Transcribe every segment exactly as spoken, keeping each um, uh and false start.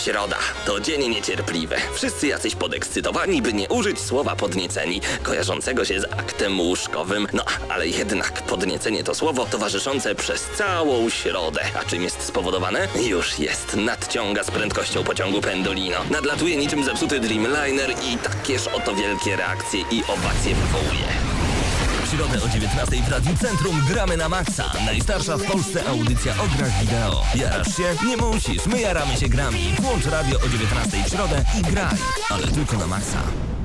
Środa to dzień niecierpliwy. Wszyscy jacyś podekscytowani, by nie użyć słowa podnieceni, kojarzącego się z aktem łóżkowym. No, ale jednak podniecenie to słowo towarzyszące przez całą środę. A czym jest spowodowane? Już jest. Nadciąga z prędkością pociągu Pendolino. Nadlatuje niczym zepsuty Dreamliner i takież oto wielkie reakcje i owacje wywołuje. W środę o dziewiętnastej w Radiu Centrum gramy na maksa. Najstarsza w Polsce audycja o grach wideo. Jarasz się? Nie musisz. My jaramy się grami. Włącz radio o dziewiętnastej w środę i graj. Ale tylko na maksa.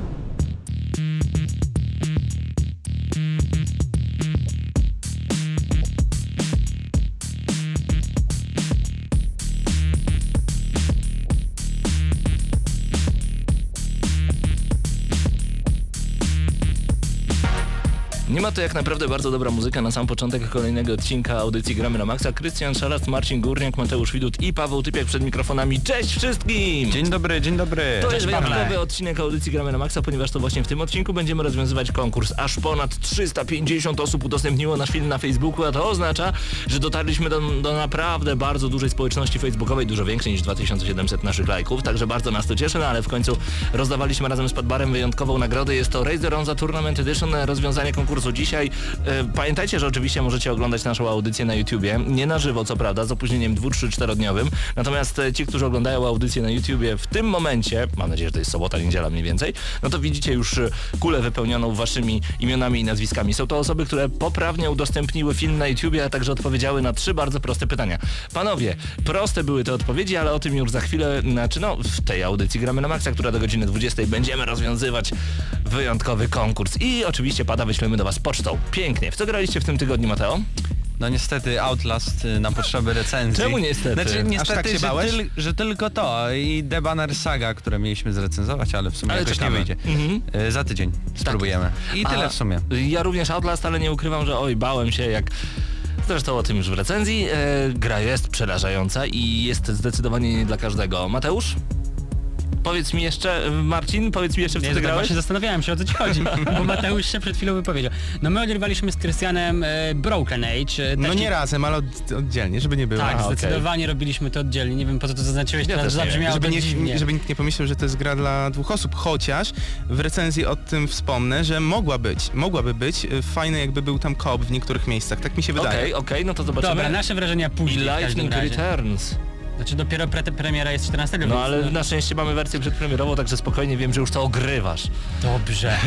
Nie ma to jak naprawdę bardzo dobra muzyka na sam początek kolejnego odcinka audycji Gramy na Maxa. Krystian Szarast, Marcin Górniak, Mateusz Widut i Paweł Typiak przed mikrofonami. Cześć wszystkim! Dzień dobry, dzień dobry. To Cześć, jest wyjątkowy odcinek audycji Gramy na Maxa, ponieważ to właśnie w tym odcinku będziemy rozwiązywać konkurs. Aż ponad trzysta pięćdziesiąt osób udostępniło nasz film na Facebooku, a to oznacza, że dotarliśmy do, do naprawdę bardzo dużej społeczności facebookowej, dużo większej niż dwa tysiące siedemset naszych lajków, także bardzo nas to cieszy, no ale w końcu rozdawaliśmy razem z Padbarem wyjątkową nagrodę. Jest to Razer Onza Tournament Edition, rozwiązanie konkursu dzisiaj. Pamiętajcie, że oczywiście możecie oglądać naszą audycję na YouTubie, nie na żywo co prawda, z opóźnieniem dwu, trzy, czterodniowym, natomiast ci, którzy oglądają audycję na YouTubie w tym momencie, mam nadzieję, że to jest sobota, niedziela mniej więcej, no to widzicie już kulę wypełnioną waszymi imionami i nazwiskami. Są to osoby, które poprawnie udostępniły film na YouTubie, a także odpowiedziały na trzy bardzo proste pytania. Panowie, proste były te odpowiedzi, ale o tym już za chwilę, znaczy no, w tej audycji Gramy na Maxa, która do godziny dwudziestej będziemy rozwiązywać wyjątkowy konkurs i oczywiście pada wyślemy do was pocztą. Pięknie. W co graliście w tym tygodniu, Mateo? No niestety Outlast na potrzeby recenzji. Czemu niestety? Znaczy niestety, Aż tak się że, bałeś? tyl, że tylko to i The Banner Saga, które mieliśmy zrecenzować, ale w sumie ale jakoś czekamy. nie wyjdzie. Mhm. Y, za tydzień spróbujemy. I A tyle w sumie. Ja również Outlast, ale nie ukrywam, że oj, bałem się jak... Zresztą o tym już w recenzji. E, gra jest przerażająca i jest zdecydowanie nie dla każdego. Mateusz? Powiedz mi jeszcze, Marcin, powiedz mi jeszcze, w co nie, ty tak grałeś? Właśnie zastanawiałem się, o co ci chodzi, bo Mateusz się przed chwilą wypowiedział. No my odgrywaliśmy z Krystianem e, Broken Age. E, no nie nie... razem, ale od, oddzielnie, żeby nie było. Tak, Aha, zdecydowanie okay. robiliśmy to oddzielnie. Nie wiem, po co to zaznaczyłeś, ja to zabrzmiało żeby, nie, dziwnie. żeby nikt nie pomyślał, że to jest gra dla dwóch osób, chociaż w recenzji o tym wspomnę, że mogła być, mogłaby być fajne, jakby był tam koop w niektórych miejscach, tak mi się wydaje. Okej, okay, okej, okay, no to zobaczymy. Dobra, nasze wrażenia później. I Lightning Returns. Znaczy dopiero pre premiera jest czternastego. No ale no... na szczęście mamy wersję przedpremierową, także spokojnie wiem, że już to ogrywasz. Dobrze.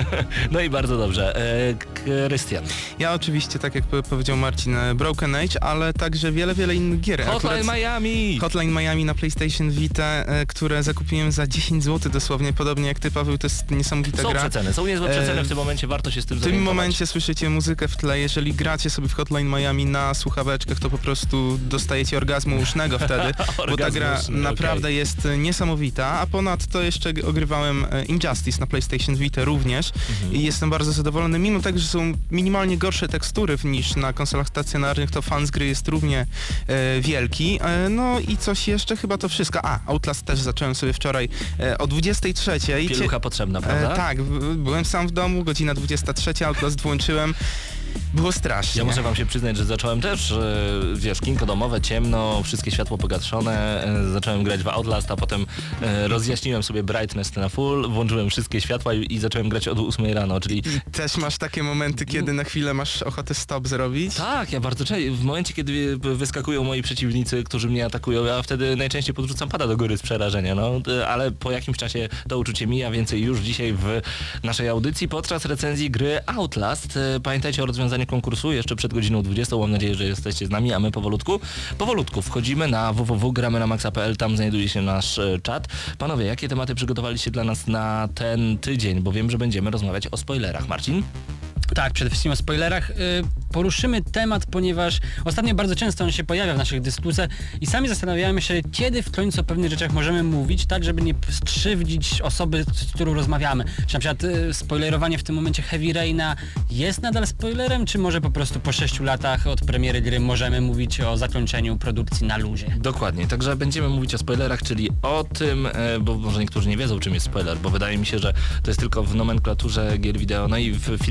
No i bardzo dobrze. Krystian. E, ja oczywiście, tak jak powiedział Marcin, Broken Age, ale także wiele, wiele innych gier. Hotline Akurat Miami! Hotline Miami na PlayStation Vita, które zakupiłem za dziesięć złotych dosłownie, podobnie jak ty, Paweł, to jest niesamowita są gra. Są przeceny, są niezłe przeceny w tym momencie, warto się z tym W tym momencie słyszycie muzykę w tle, jeżeli gracie sobie w Hotline Miami na słuchaweczkach, to po prostu dostajecie orgazmu usznego wtedy. Bo ta gra naprawdę okay. jest niesamowita, a ponadto jeszcze ogrywałem Injustice na PlayStation Vita również mhm. i jestem bardzo zadowolony, mimo tego, że są minimalnie gorsze tekstury niż na konsolach stacjonarnych, to fan z gry jest równie e, wielki. E, no i coś jeszcze, chyba to wszystko. A, Outlast też zacząłem sobie wczoraj e, o dwudziestej trzeciej. Pielucha potrzebna, prawda? E, tak, w, byłem sam w domu, godzina dwudziesta trzecia, Outlast włączyłem. Było strasznie. Ja muszę wam się przyznać, że zacząłem też, e, wiesz, kinko domowe, ciemno, wszystkie światło pogaszone, e, zacząłem grać w Outlast, a potem e, rozjaśniłem sobie brightness na full, włączyłem wszystkie światła i, i zacząłem grać od ósmej rano, czyli... Też masz takie momenty, kiedy na chwilę masz ochotę stop zrobić? Tak, ja bardzo często, w momencie, kiedy wyskakują moi przeciwnicy, którzy mnie atakują, ja wtedy najczęściej podrzucam pada do góry z przerażenia, no, ale po jakimś czasie to uczucie mija, więcej już dzisiaj w naszej audycji podczas recenzji gry Outlast. Pamiętajcie o rozwiązaniu konkursu jeszcze przed godziną dwudziestą. Mam nadzieję, że jesteście z nami, a my powolutku, powolutku wchodzimy na w w w kropka gramy na maxa kropka p l, tam znajduje się nasz e, czat. Panowie, jakie tematy przygotowaliście dla nas na ten tydzień? Bo wiem, że będziemy rozmawiać o spoilerach. Marcin? Tak, przede wszystkim o spoilerach. Yy, poruszymy temat, ponieważ ostatnio bardzo często on się pojawia w naszych dyskusjach i sami zastanawiamy się, kiedy w końcu o pewnych rzeczach możemy mówić, tak żeby nie skrzywdzić osoby, z którą rozmawiamy. Czy na przykład yy, spoilerowanie w tym momencie Heavy Raina jest nadal spoilerem, czy może po prostu po sześciu latach od premiery gry możemy mówić o zakończeniu produkcji na luzie? Dokładnie, także będziemy mówić o spoilerach, czyli o tym, e, bo może niektórzy nie wiedzą, czym jest spoiler, bo wydaje mi się, że to jest tylko w nomenklaturze gier wideo, no i w filmach też,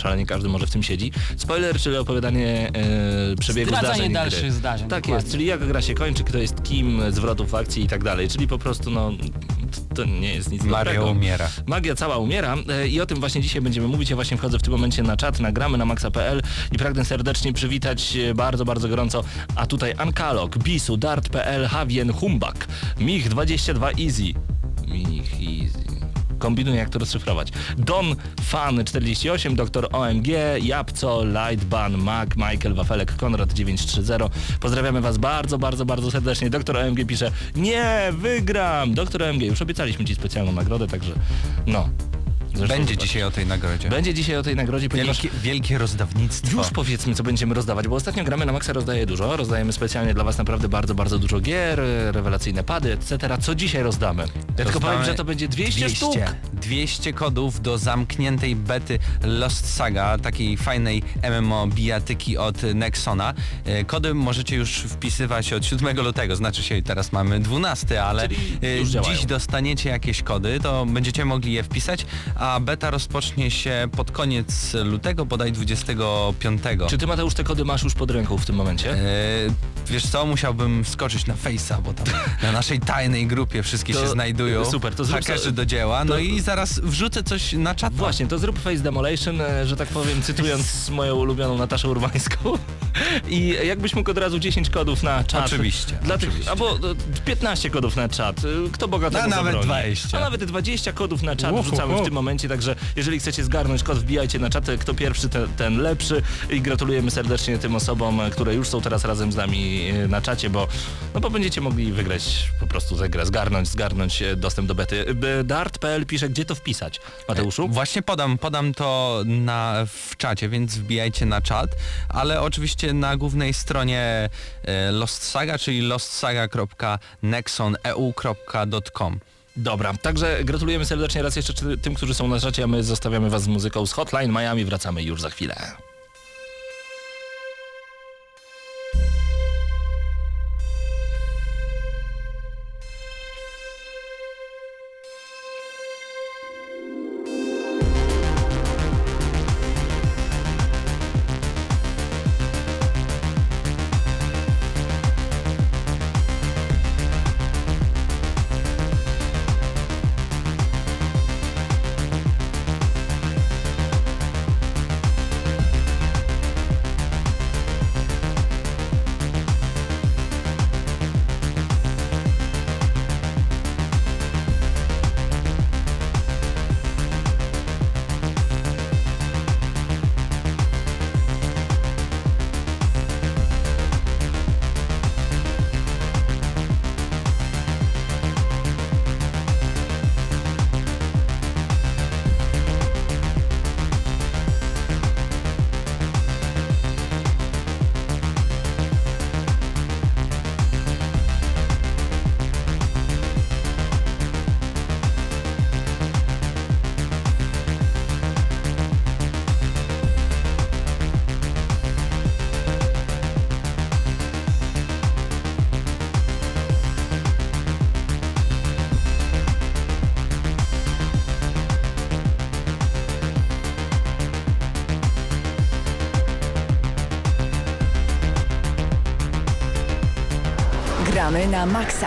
ale nie każdy może w tym siedzi. Spoiler, czyli opowiadanie e, przebiegu Zdradzanie zdarzeń dalszych gry. zdarzeń, Tak dokładnie. jest, czyli jak gra się kończy, kto jest kim, zwrotów akcji i tak dalej, czyli po prostu no to nie jest nic Mario dobrego. umiera. Magia cała umiera e, i o tym właśnie dzisiaj będziemy mówić. Ja właśnie wchodzę w tym momencie na czat, nagramy na maxa kropka p l i pragnę serdecznie przywitać e, bardzo, bardzo gorąco, a tutaj Ankalog, Bisu, Dart kropka p l, Havien, Humbak, Mich dwadzieścia dwa Easy, Mich Easy, kombinuję jak to rozszyfrować, Don Fan czterdzieści osiem, Doktor O M G, Japco, Lightban, Mac, Michael, Wafelek, Konrad dziewięćset trzydzieści. Pozdrawiamy was bardzo, bardzo, bardzo serdecznie. Doktor O M G pisze, nie, wygram! Doktor O M G, już obiecaliśmy ci specjalną nagrodę, także no. Zresztą Będzie zobacz. dzisiaj o tej nagrodzie. Będzie dzisiaj o tej nagrodzie, ponieważ Wielkie, wielkie rozdawnictwo. już powiedzmy, co będziemy rozdawać, bo ostatnio gramy na Maxa rozdaje dużo, rozdajemy specjalnie dla was naprawdę bardzo, bardzo dużo gier, rewelacyjne pady, et cetera. Co dzisiaj rozdamy? Ja tylko Rozdamy powiem, że to będzie dwieście sztuk. dwieście kodów do zamkniętej bety Lost Saga, takiej fajnej M M O bijatyki od Nexona. E, Kody możecie już wpisywać od siódmego lutego, znaczy się teraz mamy dwunasty, ale Czyli e, już działają. dziś dostaniecie jakieś kody, to będziecie mogli je wpisać, a beta rozpocznie się pod koniec lutego, bodaj dwudziestego piątego. Czy ty, Mateusz, te kody masz już pod ręką w tym momencie? E, wiesz co, musiałbym skoczyć na Face'a, bo tam na naszej tajnej grupie wszystkie To się znajdują. super, to zrób hakerzy sobie- do dzieła. No to- i zaraz wrzucę coś na czat. Właśnie, to zrób Face Demolation, e, że tak powiem, cytując moją ulubioną Nataszę Urbańską. I jakbyś mógł od razu dziesięć kodów na czat. Oczywiście, Dla tych, oczywiście. albo e, piętnaście kodów na czat. E, Kto Boga tego A nawet zabroni. dwadzieścia. A nawet dwadzieścia kodów na czat Uhu, wrzucamy w hu. tym momencie, także jeżeli chcecie zgarnąć kod, wbijajcie na czat. Kto pierwszy, ten, ten lepszy. I gratulujemy serdecznie tym osobom, e, które już są teraz razem z nami e, na czacie, bo, no bo będziecie mogli wygrać po prostu tę grę, zgarnąć, zgarnąć e, dostęp do bety. E, Dart kropka p l pisze, gdzie to wpisać. Mateuszu? Właśnie podam, podam to na, w czacie, więc wbijajcie na czat, ale oczywiście na głównej stronie e, Lost Saga, czyli lostsaga kropka nexon e u kropka com. Dobra, także gratulujemy serdecznie raz jeszcze czy- tym, którzy są na czacie, a my zostawiamy was z muzyką z Hotline Miami. Wracamy już za chwilę. Gramy na maksa.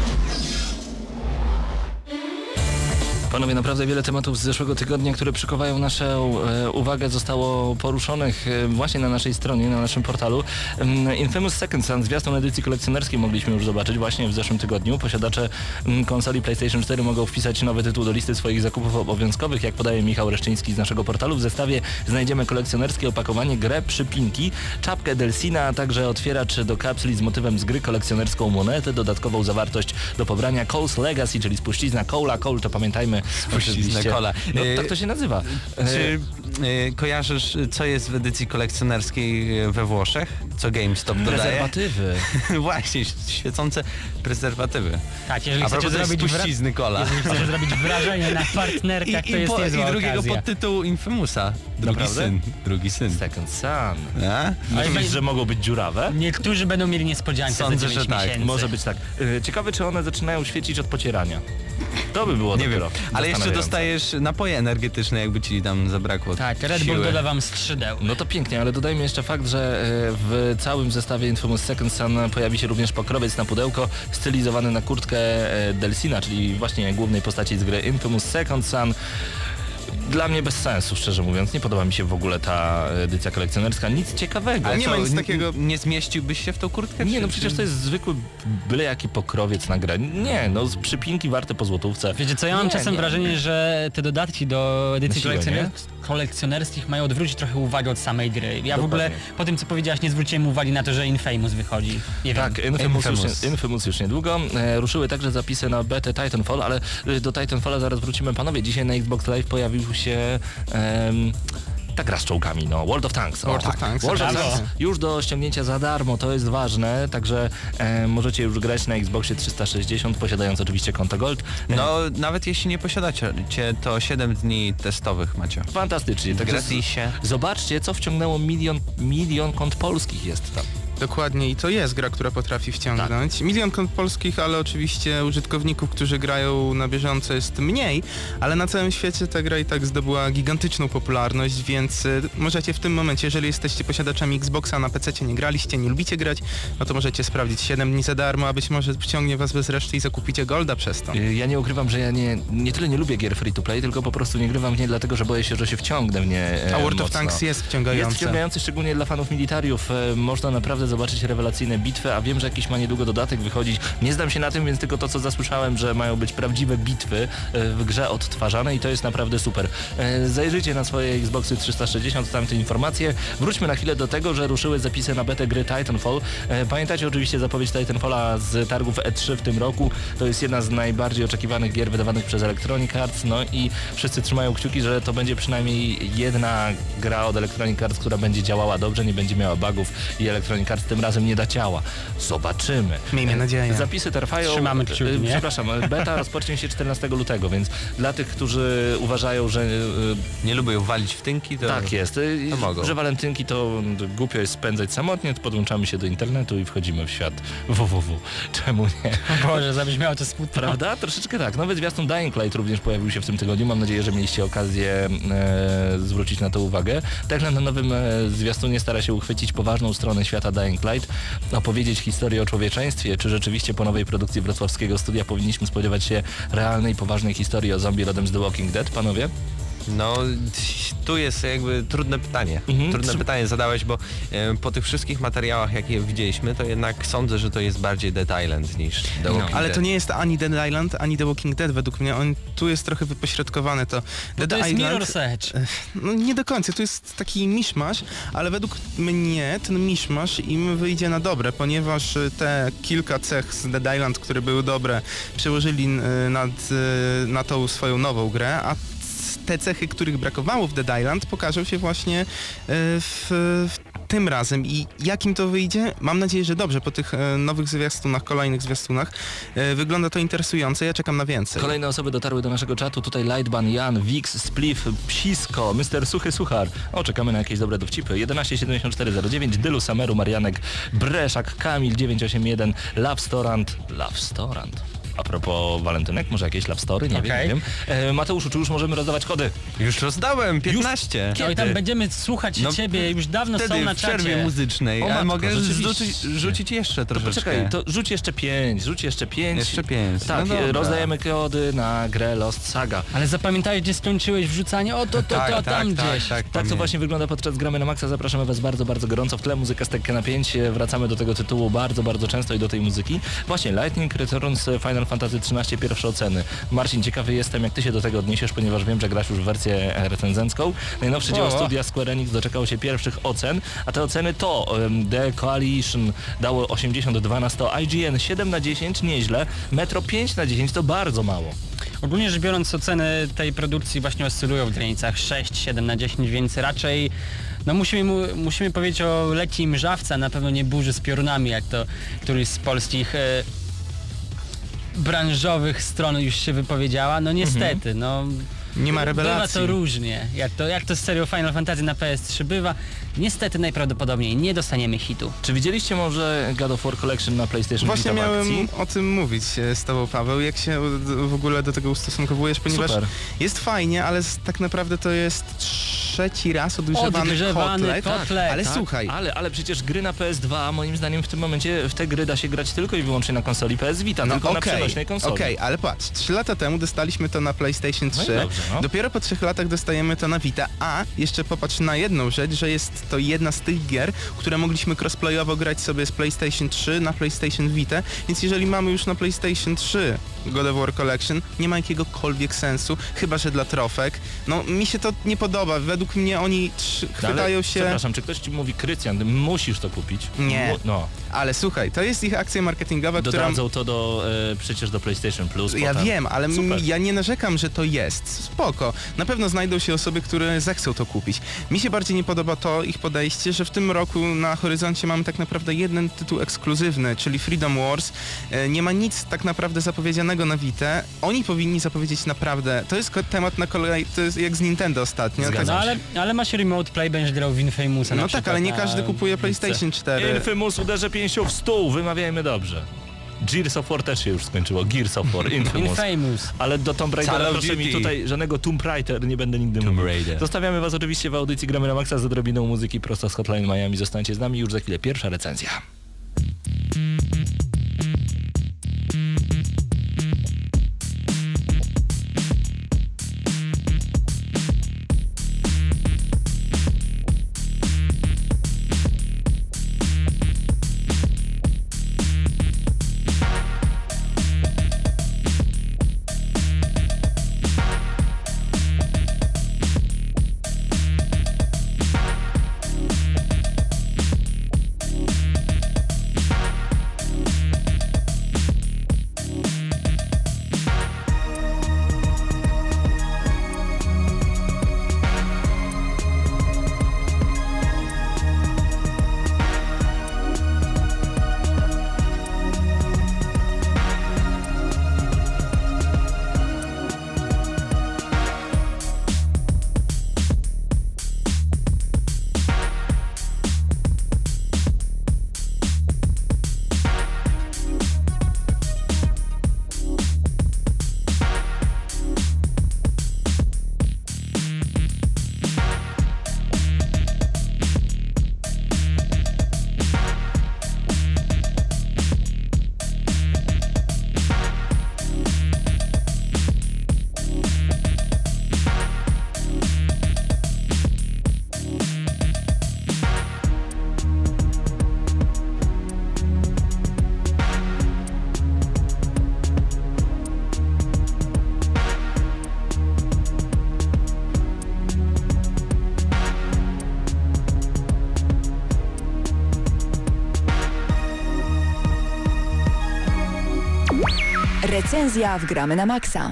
Panowie, naprawdę wiele tematów z zeszłego tygodnia, które przykuwają naszą e, uwagę, zostało poruszonych e, właśnie na naszej stronie, na naszym portalu. Mm, Infamous Second Son, zwiastun edycji kolekcjonerskiej mogliśmy już zobaczyć właśnie w zeszłym tygodniu. Posiadacze mm, konsoli PlayStation cztery mogą wpisać nowy tytuł do listy swoich zakupów obowiązkowych. Jak podaje Michał Reszczyński z naszego portalu, w zestawie znajdziemy kolekcjonerskie opakowanie, grę, przypinki, czapkę Delsina, a także otwieracz do kapsli z motywem z gry, kolekcjonerską monetę, dodatkową zawartość do pobrania, Cole's Legacy, czyli spuścizna Cola. Cole to pamiętajmy, Spuścizna oczywiście. Cola. No Y, tak to się nazywa. E, Czy y, kojarzysz, co jest w edycji kolekcjonerskiej we Włoszech? Co GameStop dodaje? Prezerwatywy. Właśnie, świecące prezerwatywy. Tak, jeżeli A chcecie propos tej zrobić, wra- spuścizny Cola. jeżeli chcecie zrobić wrażenie na partnerkach, to jest po, niezła I drugiego okazja. podtytułu Infamousa. Drugi Naprawdę? syn. Drugi syn. Second Sun. A? Myślisz, będzie- że mogą być dziurawe? Niektórzy będą mieli niespodziankę Sądzę, za dziewięć że tak. miesięcy. Może być tak. E, Ciekawe, czy one zaczynają świecić od pocierania. To by było Nie dopiero. wiem. Ale jeszcze Zastanawiające. dostajesz napoje energetyczne, jakby ci tam zabrakło Tak, Red Bull siły. doda wam skrzydeł. No to pięknie, ale dodajmy jeszcze fakt, że e, w całym zestawie Infamous Second Son pojawi się również pokrowiec na pudełko stylizowany na kurtkę e, Delsina, czyli właśnie głównej postaci z gry Infamous Second Son. Dla mnie bez sensu, szczerze mówiąc. Nie podoba mi się w ogóle ta edycja kolekcjonerska. Nic ciekawego. Ale nie co, ma nic n- takiego- Nie zmieściłbyś się w tą kurtkę? Nie, czy- no czy- przecież to jest zwykły byle jaki pokrowiec na grę. Nie, no z- przypinki warte po złotówce. Wiecie co, ja mam Nie, czasem nie. wrażenie, że te dodatki do edycji Na siłę, kolekcjoner- kolekcjonerskich mają odwrócić trochę uwagę od samej gry. Ja w Dokładnie. ogóle po tym co powiedziałaś nie zwróciłem uwagi na to, że Infamous wychodzi. Nie wiem. Tak, Infamous, Infamous. Już, Infamous już niedługo. E, ruszyły także zapisy na betę Titanfall, ale e, do Titanfalla zaraz wrócimy. Panowie, dzisiaj na Xbox Live pojawił się... em, ta gra z czołgami, no. World of Tanks. O, World of tak. Tanks, World of brawo. Tanks już do ściągnięcia za darmo, to jest ważne, także e, możecie już grać na Xboxie trzysta sześćdziesiąt, posiadając oczywiście konto Gold. No, nawet jeśli nie posiadacie, to siedem dni testowych macie. Fantastycznie. W Także gratisie. zobaczcie, co wciągnęło milion, milion kont polskich jest tam. Dokładnie i to jest gra, która potrafi wciągnąć. Tak. Milion kont polskich, ale oczywiście użytkowników, którzy grają na bieżąco jest mniej, ale na całym świecie ta gra i tak zdobyła gigantyczną popularność, więc y, możecie w tym momencie, jeżeli jesteście posiadaczami Xboxa na pececie, nie graliście, nie lubicie grać, no to możecie sprawdzić siedem dni za darmo, a być może wciągnie was bez reszty i zakupicie Golda przez to. Y, Ja nie ukrywam, że ja nie, nie tyle nie lubię gier free to play, tylko po prostu nie grywam w nie dlatego, że boję się, że się wciągnę w nie e, A World of mocno. Tanks jest wciągające. Jest wciągający, szczególnie dla fanów militariów. E, Można naprawdę zobaczyć rewelacyjne bitwy, a wiem, że jakiś ma niedługo dodatek wychodzić. Nie znam się na tym, więc tylko to, co zasłyszałem, że mają być prawdziwe bitwy e, w grze odtwarzane i to jest naprawdę super. E, Zajrzyjcie na swoje Xboxy trzysta sześćdziesiąt, tam te informacje. Wróćmy na chwilę do tego, że ruszyły zapisy na betę gry Titanfall. E, Pamiętacie oczywiście zapowiedź Titanfalla z targów E trzy w tym roku. To jest jedna z najbardziej oczekiwanych gier wydawanych przez Electronic Arts, no i wszyscy trzymają kciuki, że to będzie przynajmniej jedna gra od Electronic Arts, która będzie działała dobrze, nie będzie miała bugów i Electronic Arts tym razem nie da ciała. Zobaczymy. Miejmy nadzieję. Zapisy trwają. Trzymamy kciuki, e, nie? Przepraszam, beta rozpocznie się czternastego lutego, więc dla tych, którzy uważają, że e, Nie lubię walić w tynki, to... tak jest, e, to mogą. że walentynki to głupio jest spędzać samotnie, to podłączamy się do internetu i wchodzimy w świat www. Czemu nie? Boże, zabrzmiało to smutno. Prawda? Troszeczkę tak. Nowy zwiastun Dying Light również pojawił się w tym tygodniu. Mam nadzieję, że mieliście okazję e, zwrócić na to uwagę. Także na nowym e, zwiastunie stara się uchwycić poważną stronę świata Dying Light, opowiedzieć historię o człowieczeństwie. Czy rzeczywiście po nowej produkcji wrocławskiego studia powinniśmy spodziewać się realnej, poważnej historii o zombie rodem z The Walking Dead, panowie? No, tu jest jakby trudne pytanie. Mhm. Trudne Trz- pytanie zadałeś, bo e, po tych wszystkich materiałach, jakie widzieliśmy, to jednak sądzę, że to jest bardziej Dead Island niż The Walking Ale Dead. to nie jest ani Dead Island, ani The Walking Dead według mnie. On tu jest trochę wypośrodkowany. To Bo Dead to jest Island, Mirror's Edge. no nie do końca, to jest taki miszmasz, ale według mnie ten miszmasz im wyjdzie na dobre, ponieważ te kilka cech z Dead Island, które były dobre, przełożyli y, nad, y, na tą swoją nową grę, a te cechy, których brakowało w Dead Island, pokażą się właśnie y, w, w tym razem. I jakim to wyjdzie? Mam nadzieję, że dobrze. Po tych y, nowych zwiastunach, kolejnych zwiastunach y, wygląda to interesująco. Ja czekam na więcej. Kolejne osoby dotarły do naszego czatu. Tutaj Lightban, Jan, Wix, Spliff, Psisko, mister Suchy Suchar. O, czekamy na jakieś dobre dowcipy. jedenaście siedemdziesiąt cztery zero dziewięć, Dylu, Sameru, Marianek, Breszak, Kamil dziewięć osiem jeden, Love Storant. Love Storant. A propos walentynek, może jakieś love story? Nie Okej. wiem, nie wiem. E, Mateuszu, czy już możemy rozdawać kody? Już rozdałem, piętnaście. No i tam będziemy słuchać No, ciebie, już dawno Wtedy są na w przerwie czacie. muzycznej, O ale matko, mogę rzeczywiście. rzucić, rzucić jeszcze To troszeczkę. poczekaj, to rzuć jeszcze pięć, rzuć jeszcze pięć. Jeszcze pięć. Tak, No e, dobra. rozdajemy kody na grę Lost Saga. Ale zapamiętajcie, gdzie skończyłeś wrzucanie, o to, to, Tak, to, tak, tam tak, gdzieś. tak, Tak to pamiętam. właśnie wygląda podczas Gramy na Maxa. Zapraszamy Was bardzo, bardzo gorąco. W tle muzyka z Tekken na pięć. Wracamy do tego tytułu bardzo, bardzo często i do tej muzyki. Właśnie Lightning Returns Final Fantasy trzynaście, pierwsze oceny. Marcin, ciekawy jestem, jak Ty się do tego odniesiesz, ponieważ wiem, że grasz już w wersję recenzencką. Najnowsze dzieło O. studia Square Enix doczekało się pierwszych ocen, a te oceny to um, The Coalition dało osiemdziesiąt dwa na sto, I G N siedem na dziesięć, nieźle, Metro pięć na dziesięć to bardzo mało. Ogólnie rzecz biorąc, oceny tej produkcji właśnie oscylują w granicach sześć siedem na dziesięć, więc raczej no musimy, mu, musimy powiedzieć o leci mrzawce, a na pewno nie burzy z piorunami, jak to któryś z polskich e, branżowych stron już się wypowiedziała. No niestety, no Nie ma rewelacji. Bywa to różnie, jak to, jak to z serią Final Fantasy na P S trzy bywa. Niestety najprawdopodobniej nie dostaniemy hitu. Czy widzieliście może God of War Collection na PlayStation Właśnie Vita w miałem akcji? o tym mówić e, z tobą, Paweł, jak się w ogóle do tego ustosunkowujesz, ponieważ Super. jest fajnie, ale z- tak naprawdę to jest trzeci raz odgrzewany, Odgrzewany kotlet. kotlet, ale Tak, słuchaj, Ale, ale przecież gry na P S dwa, moim zdaniem w tym momencie w te gry da się grać tylko i wyłącznie na konsoli P S Vita, no tylko na okej, przenośnej konsoli. okej, ale patrz, trzy lata temu dostaliśmy to na PlayStation No i trzy, dobrze, no. dopiero po trzech latach dostajemy to na Vita, a jeszcze popatrz na jedną rzecz, że jest to jedna z tych gier, które mogliśmy crossplayowo grać sobie z PlayStation trzy na PlayStation Vita, więc jeżeli mamy już na PlayStation trzy God of War Collection, nie ma jakiegokolwiek sensu, chyba że dla trofek. No mi się to nie podoba, według mnie oni trzy, No, ale, chwytają się... Przepraszam, czy ktoś ci mówi, Krystian, ty musisz to kupić? Nie. Mu- No, Ale słuchaj, to jest ich akcja marketingowa, która... dodadzą to do, e, przecież do PlayStation Plus. Ja potem. wiem, ale m- Super. ja nie narzekam, że to jest. Spoko. Na pewno znajdą się osoby, które zechcą to kupić. Mi się bardziej nie podoba to ich podejście, że w tym roku na horyzoncie mamy tak naprawdę jeden tytuł ekskluzywny, czyli Freedom Wars. E, Nie ma nic tak naprawdę zapowiedzianego na Vita. Oni powinni zapowiedzieć naprawdę... To jest ko- temat na kolej... To jest jak z Nintendo ostatnio. Zgadzam No się. ale, ale masz remote play, będziesz grał w Infamousa na No przykład, tak, ale nie a- każdy kupuje PlayStation cztery. Infamous uderzę pięścią w stół, wymawiajmy dobrze. Gears of War też się już skończyło, Gears of War, Infamous. Infamous. Ale do Tomb Raidera Call of proszę mi Duty. tutaj żadnego Tomb Raider nie będę nigdy Tomb mówił. Raider. Zostawiamy was oczywiście w audycji Gramy na Maxa z odrobiną muzyki prosto z Hotline Miami. Zostańcie z nami, już za chwilę pierwsza recenzja. Recenzja w Gramy na Maxa.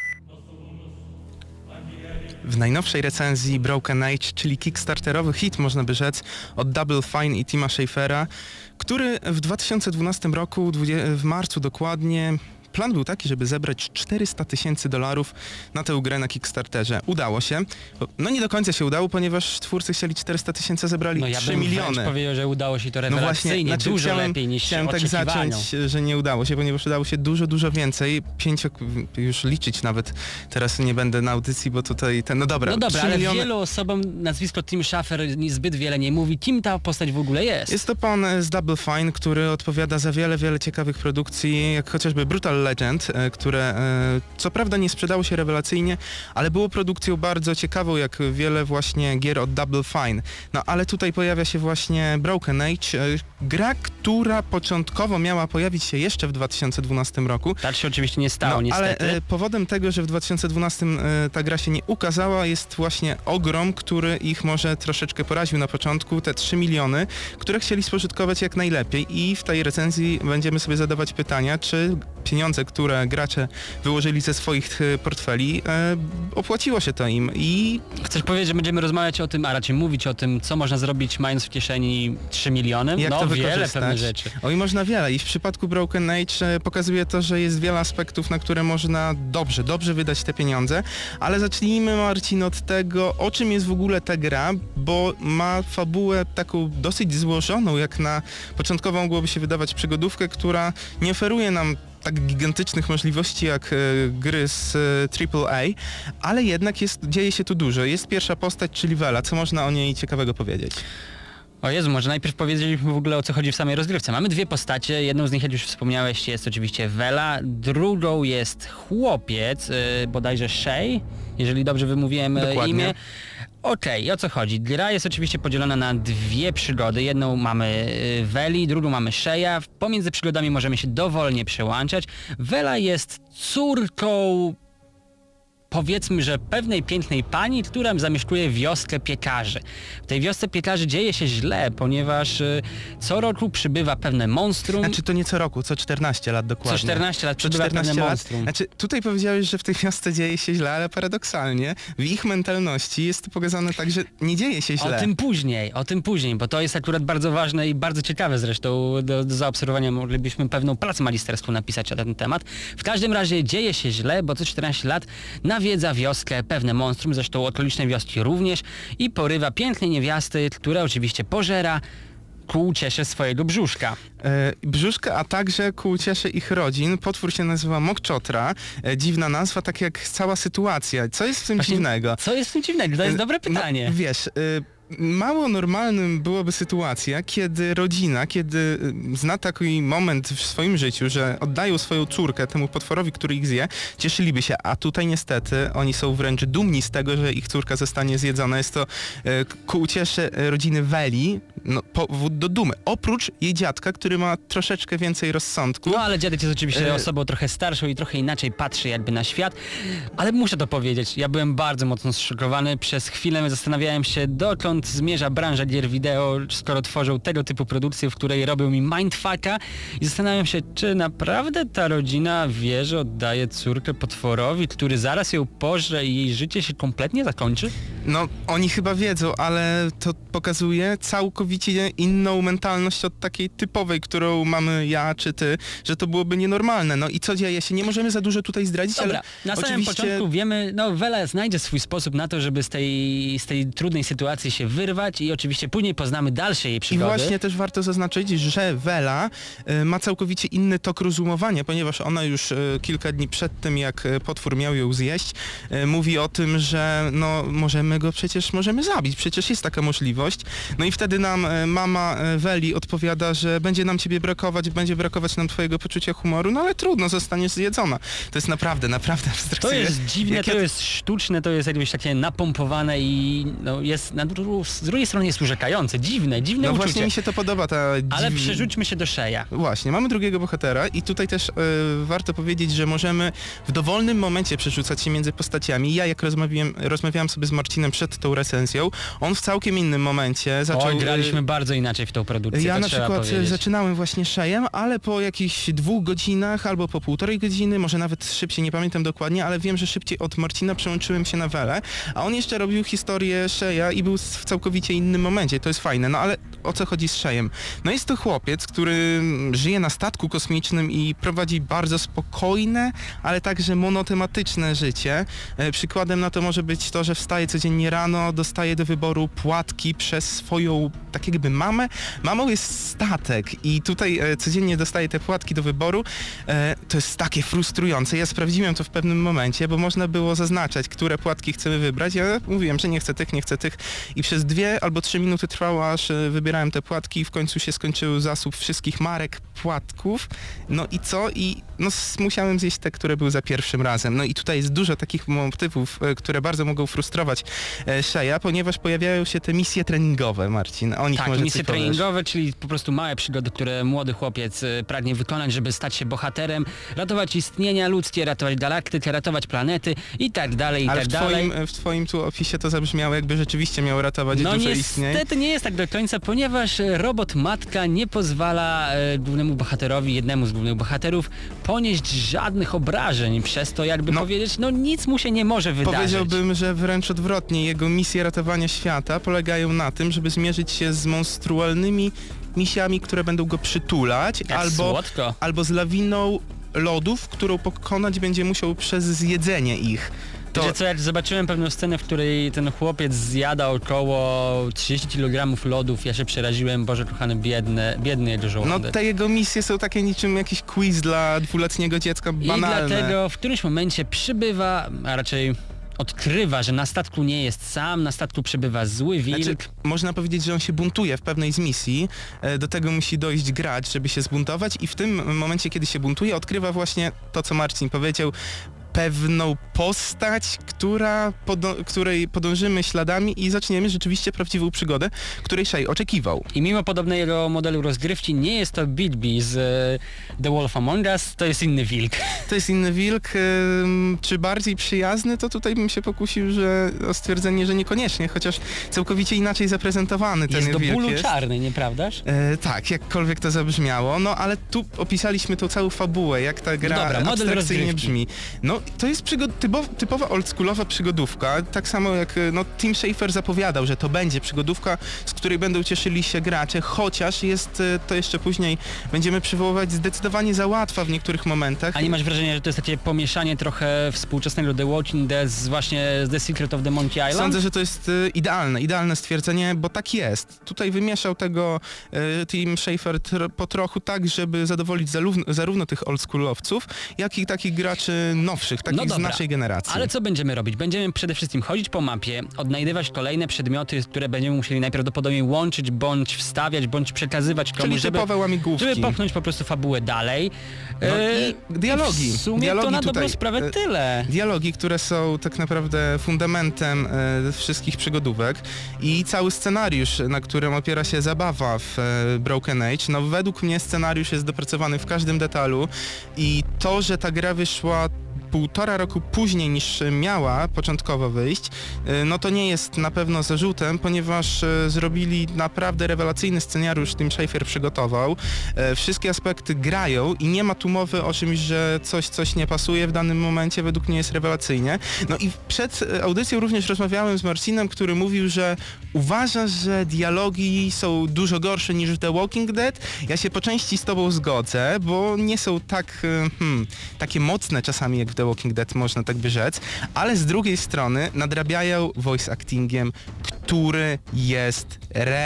W najnowszej recenzji Broken Age, czyli kickstarterowy hit, można by rzec, od Double Fine i Tima Schafera, który w dwa tysiące dwunastym roku, w marcu dokładnie, plan był taki, żeby zebrać czterysta tysięcy dolarów na tę grę na Kickstarterze. Udało się. No nie do końca się udało, ponieważ twórcy chcieli czterysta tysięcy, zebrali No ja trzy bym miliony. wręcz powiedział, że udało się to No rewelacyjnie, właśnie, znaczy dużo chciałem, lepiej niż chciałem się tak oczekiwano. zacząć, że nie udało się, ponieważ udało się dużo, dużo więcej. Pięcio, już liczyć nawet teraz nie będę na audycji, bo tutaj ten, no dobra, No dobra, trzy ale miliony. wielu osobom nazwisko Tim Schafer zbyt wiele nie mówi. Kim ta postać w ogóle jest? Jest to pan z Double Fine, który odpowiada za wiele, wiele ciekawych produkcji, jak chociażby Brutal Legend, e, które e, co prawda nie sprzedało się rewelacyjnie, ale było produkcją bardzo ciekawą, jak wiele właśnie gier od Double Fine. No ale tutaj pojawia się właśnie Broken Age, e, gra, która początkowo miała pojawić się jeszcze w dwa tysiące dwunastym roku. Tak się oczywiście nie stało, No, niestety. ale e, powodem tego, że w dwa tysiące dwunastym e, ta gra się nie ukazała, jest właśnie ogrom, który ich może troszeczkę poraził na początku, te trzy miliony, które chcieli spożytkować jak najlepiej i w tej recenzji będziemy sobie zadawać pytania, czy pieniądze, które gracze wyłożyli ze swoich e, portfeli, e, opłaciło się to im i... Chcesz powiedzieć, że będziemy rozmawiać o tym, a raczej mówić o tym, co można zrobić mając w kieszeni trzy miliony? Jak no to wiele wykorzystać? pewnych rzeczy. Oj, można wiele i w przypadku Broken Age e, pokazuje to, że jest wiele aspektów, na które można dobrze, dobrze wydać te pieniądze, ale zacznijmy, Marcin, od tego, o czym jest w ogóle ta gra, bo ma fabułę taką dosyć złożoną, jak na początkowo mogłoby się wydawać przygodówkę, która nie oferuje nam tak gigantycznych możliwości jak e, gry z e, triple A, ale jednak jest, dzieje się tu dużo. Jest pierwsza postać, czyli Vela. Co można o niej ciekawego powiedzieć? O Jezu, może najpierw powiedzieliśmy w ogóle, o co chodzi w samej rozgrywce. Mamy dwie postacie, jedną z nich, jak już wspomniałeś, jest oczywiście Vela, drugą jest chłopiec, yy, bodajże Shay, jeżeli dobrze wymówiłem yy, Dokładnie. imię. Okej, okay, o co chodzi? Gra jest oczywiście podzielona na dwie przygody. Jedną mamy yy, Veli, drugą mamy Shaya. Pomiędzy przygodami możemy się dowolnie przełączać. Vela jest córką... powiedzmy, że pewnej pięknej pani, która zamieszkuje wioskę piekarzy. W tej wiosce piekarzy dzieje się źle, ponieważ y, co roku przybywa pewne monstrum. Znaczy to nie co roku, co czternaście lat dokładnie. Co czternaście lat Co przybywa czternaście pewne lat. monstrum. Znaczy tutaj powiedziałeś, że w tej wiosce dzieje się źle, ale paradoksalnie w ich mentalności jest to pokazane tak, że nie dzieje się źle. O tym później, o tym później, bo to jest akurat bardzo ważne i bardzo ciekawe zresztą do, do zaobserwowania. Moglibyśmy pewną pracę magisterską napisać na ten temat. W każdym razie dzieje się źle, bo co czternaście lat nawiedza wioskę pewne monstrum, zresztą okoliczne wioski również i porywa pięknej niewiasty, która oczywiście pożera ku uciesze swojego brzuszka. E, brzuszka, a także ku uciesze ich rodzin. Potwór się nazywa Mokczotra. E, dziwna nazwa, tak jak cała sytuacja. Co jest w tym Właśnie, dziwnego? Co jest w tym dziwnego? To jest dobre pytanie. No, wiesz... Y Mało normalnym byłoby sytuacja, kiedy rodzina, kiedy zna taki moment w swoim życiu, że oddają swoją córkę temu potworowi, który ich zje, cieszyliby się, a tutaj niestety oni są wręcz dumni z tego, że ich córka zostanie zjedzona. Jest to e, ku uciesze rodziny Veli, no, powód do dumy. Oprócz jej dziadka, który ma troszeczkę więcej rozsądku. No ale dziadek jest oczywiście e... osobą trochę starszą i trochę inaczej patrzy jakby na świat, ale muszę to powiedzieć, ja byłem bardzo mocno zszokowany, przez chwilę zastanawiałem się, dokąd zmierza branża gier wideo, skoro tworzą tego typu produkcje, w której robią mi mindfucka i zastanawiam się, czy naprawdę ta rodzina wie, że oddaje córkę potworowi, który zaraz ją pożre i jej życie się kompletnie zakończy? No, oni chyba wiedzą, ale to pokazuje całkowicie inną mentalność od takiej typowej, którą mamy ja czy ty, że to byłoby nienormalne. No i co dzieje się? Nie możemy za dużo tutaj zdradzić, Dobra, ale na samym oczywiście... początku wiemy, no Vela znajdzie swój sposób na to, żeby z tej, z tej trudnej sytuacji się wyrwać i oczywiście później poznamy dalsze jej I przygody. właśnie też warto zaznaczyć, że Vela y, ma całkowicie inny tok rozumowania, ponieważ ona już y, kilka dni przed tym, jak y, potwór miał ją zjeść, y, mówi o tym, że no możemy go przecież możemy zabić, przecież jest taka możliwość. No i wtedy nam y, mama y, Veli odpowiada, że będzie nam ciebie brakować, będzie brakować nam twojego poczucia humoru, no ale trudno, zostaniesz zjedzona. To jest naprawdę, naprawdę abstrakcyjne. To jest dziwne, Jak to ja... jest sztuczne, to jest jakieś takie napompowane i no, jest na dru z drugiej strony jest urzekające, dziwne, dziwne No uczucie. właśnie mi się to podoba, ta Ale dziw... przerzućmy się do Shaya. Właśnie, mamy drugiego bohatera i tutaj też e, warto powiedzieć, że możemy w dowolnym momencie przerzucać się między postaciami. Ja jak rozmawiałem, rozmawiałem sobie z Marcinem przed tą recenzją, on w całkiem innym momencie zaczął... Oj, graliśmy bardzo inaczej w tą produkcję, Ja to na trzeba przykład powiedzieć. zaczynałem właśnie Shayem, ale po jakichś dwóch godzinach albo po półtorej godziny, może nawet szybciej, nie pamiętam dokładnie, ale wiem, że szybciej od Marcina przełączyłem się na Velę, a on jeszcze robił historię Shaya i był w całkowicie innym momencie. To jest fajne, no ale o co chodzi z Shayem? No jest to chłopiec, który żyje na statku kosmicznym i prowadzi bardzo spokojne, ale także monotematyczne życie. E, przykładem na to może być to, że wstaje codziennie rano, dostaje do wyboru płatki przez swoją, tak jakby mamę. Mamą jest statek i tutaj e, codziennie dostaje te płatki do wyboru. E, to jest takie frustrujące. Ja sprawdziłem to w pewnym momencie, bo można było zaznaczać, które płatki chcemy wybrać. Ja mówiłem, że nie chcę tych, nie chcę tych i przez dwie albo trzy minuty trwało, aż e, wybierałem te płatki i w końcu się skończył zasób wszystkich marek płatków. No i co? I no musiałem zjeść te, które były za pierwszym razem. No i tutaj jest dużo takich motywów, e, które bardzo mogą frustrować e, Shaya, ponieważ pojawiają się te misje treningowe, Marcin. O nich Tak, może misje coś powiesz. treningowe, czyli po prostu małe przygody, które młody chłopiec y, pragnie wykonać, żeby stać się bohaterem, ratować istnienia ludzkie, ratować galaktykę, ratować planety i tak dalej, i Ale tak w dalej. twoim, w twoim tu opisie to zabrzmiało, jakby rzeczywiście miał ratować No dużo istnień. niestety nie jest tak do końca, ponieważ robot matka nie pozwala e, głównemu głównemu bohaterowi, jednemu z głównych bohaterów ponieść żadnych obrażeń, przez to jakby No. powiedzieć, no nic mu się nie może wydarzyć. Powiedziałbym, że wręcz odwrotnie. Jego misje ratowania świata polegają na tym, żeby zmierzyć się z monstrualnymi misiami, które będą go przytulać, Jak albo, słodko. albo z lawiną lodów, którą pokonać będzie musiał przez zjedzenie ich. To Wiecie co, jak zobaczyłem pewną scenę, w której ten chłopiec zjada około trzydzieści kilogramów lodów, ja się przeraziłem, Boże kochany, biedny, biedny jego no, żołądek. te jego misje są takie niczym jakiś quiz dla dwuletniego dziecka, I banalne. dlatego w którymś momencie przybywa, a raczej odkrywa, że na statku nie jest sam, na statku przybywa zły wilk. Znaczy, można powiedzieć, że on się buntuje w pewnej z misji, e, do tego musi dojść gracz, żeby się zbuntować i w tym momencie, kiedy się buntuje, odkrywa właśnie to, co Marcin powiedział, pewną postać, która podo- której podążymy śladami i zaczniemy rzeczywiście prawdziwą przygodę, której Shay oczekiwał. I mimo podobnego modelu rozgrywki nie jest to Bilby z e, The Wolf Among Us, to jest inny wilk. To jest inny wilk, ym, czy bardziej przyjazny, to tutaj bym się pokusił, że o stwierdzenie, że niekoniecznie, chociaż całkowicie inaczej zaprezentowany ten Jest do wilk bólu jest. czarny, nieprawdaż? E, tak, jakkolwiek to zabrzmiało, no ale tu opisaliśmy tą całą fabułę, jak ta gra No dobra, model abstrakcyjnie rozgrywki. brzmi. No to jest przygod- typowa, typowa oldschoolowa przygodówka, tak samo jak no, Tim Schafer zapowiadał, że to będzie przygodówka, z której będą cieszyli się gracze, chociaż jest e, to jeszcze później będziemy przywoływać zdecydowanie za łatwa w niektórych momentach. A nie masz wrażenia, że to jest takie pomieszanie trochę współczesnego The Walking Dead z właśnie z The Secret of the Monkey Island? Sądzę, że to jest e, idealne, idealne stwierdzenie, bo tak jest. Tutaj wymieszał tego e, Tim Schafer tr- po trochu tak, żeby zadowolić zarówno, zarówno tych oldschoolowców, jak i takich graczy nowszych, takich No z dobra, naszej generacji. Ale co będziemy robić? Będziemy przede wszystkim chodzić po mapie, odnajdywać kolejne przedmioty, które będziemy musieli najprawdopodobniej łączyć, bądź wstawiać, bądź przekazywać komuś, Czyli żeby, typowe łamigłówki. żeby popchnąć po prostu fabułę dalej. No E, i dialogi. I w sumie Dialogi to na tutaj, dobrą sprawę e, tyle. Dialogi, które są tak naprawdę fundamentem e, wszystkich przygodówek i cały scenariusz, na którym opiera się zabawa w e, Broken Age, no według mnie scenariusz jest dopracowany w każdym detalu i to, że ta gra wyszła półtora roku później niż miała początkowo wyjść, y, no to nie jest na pewno zarzutem, ponieważ y, zrobili naprawdę rewelacyjny scenariusz, Tim Schafer przygotował. Y, Wszystkie aspekty grają i nie ma tu mowy o czymś, że coś, coś nie pasuje w danym momencie, według mnie jest rewelacyjnie. No i przed y, audycją również rozmawiałem z Marcinem, który mówił, że uważa, że dialogi są dużo gorsze niż w The Walking Dead. Ja się po części z tobą zgodzę, bo nie są tak y, hmm, takie mocne czasami jak w The Walking Dead, można tak by rzec, ale z drugiej strony nadrabiają voice actingiem, który jest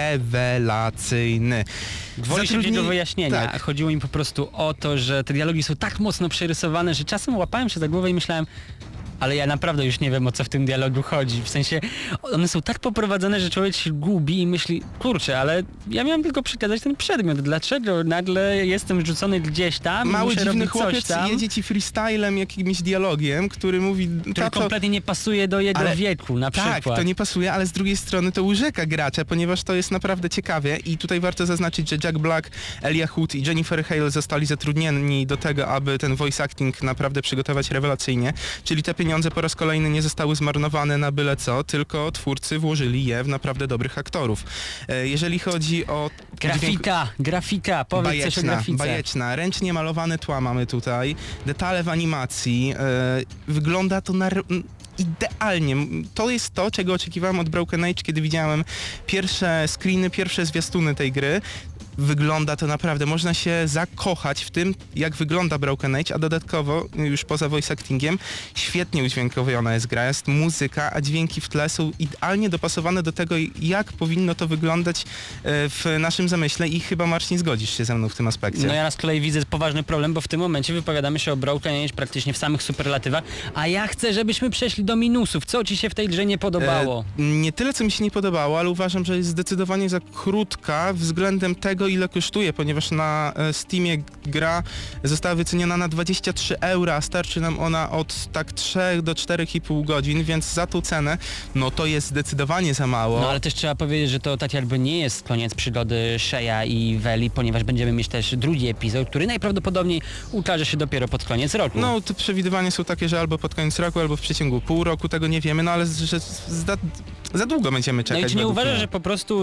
rewelacyjny. Gwoli Zatrudni- szybkiego wyjaśnienia. Tak. Chodziło mi po prostu o to, że te dialogi są tak mocno przerysowane, że czasem łapałem się za głowę i myślałem, ale ja naprawdę już nie wiem, o co w tym dialogu chodzi. W sensie one są tak poprowadzone, że człowiek się gubi i myśli, kurczę, ale ja miałem tylko przekazać ten przedmiot. Dlaczego nagle jestem rzucony gdzieś tam i Mały muszę dziwny robić coś chłopiec tam, jedzie ci freestylem, jakimś dialogiem, który mówi... który tato, kompletnie nie pasuje do jego Ale- wieku, na Tak, przykład. to nie pasuje, ale z drugiej strony to urzeka gracza, ponieważ to jest naprawdę ciekawie i tutaj warto zaznaczyć, że Jack Black, Elijah Wood i Jennifer Hale zostali zatrudnieni do tego, aby ten voice acting naprawdę przygotować rewelacyjnie, czyli te pieniądze po raz kolejny nie zostały zmarnowane na byle co, tylko twórcy włożyli je w naprawdę dobrych aktorów. E, Jeżeli chodzi o Grafika, grafika, powiedz coś o bajeczna, grafice. bajeczna, ręcznie malowane tła mamy tutaj, detale w animacji, e, wygląda to na... Idealnie. To jest to, czego oczekiwałem od Broken Age, kiedy widziałem pierwsze screeny, pierwsze zwiastuny tej gry. Wygląda to naprawdę, można się zakochać w tym, jak wygląda Broken Age, a dodatkowo, już poza voice actingiem, świetnie udźwiękowiona jest gra, jest muzyka, a dźwięki w tle są idealnie dopasowane do tego, jak powinno to wyglądać w naszym zamyśle i chyba, Marcin, zgodzisz się ze mną w tym aspekcie. No ja z kolei widzę poważny problem, bo w tym momencie wypowiadamy się o Broken Age praktycznie w samych superlatywach, a ja chcę, żebyśmy przeszli do minusów. Co ci się w tej grze nie podobało? E, nie tyle, co mi się nie podobało, ale uważam, że jest zdecydowanie za krótka względem tego, ile kosztuje, ponieważ na e, Steamie gra została wyceniona na dwadzieścia trzy euro, a starczy nam ona od tak trzech do czterech i pół godzin, więc za tą cenę, no to jest zdecydowanie za mało. No ale też trzeba powiedzieć, że to tak jakby nie jest koniec przygody Shaya i Veli, ponieważ będziemy mieć też drugi epizod, który najprawdopodobniej ukaże się dopiero pod koniec roku. No, te przewidywania są takie, że albo pod koniec roku, albo w przeciągu pół roku, tego nie wiemy, no ale że za, za długo będziemy No czekać. i czy nie według uważasz, mnie. że po prostu na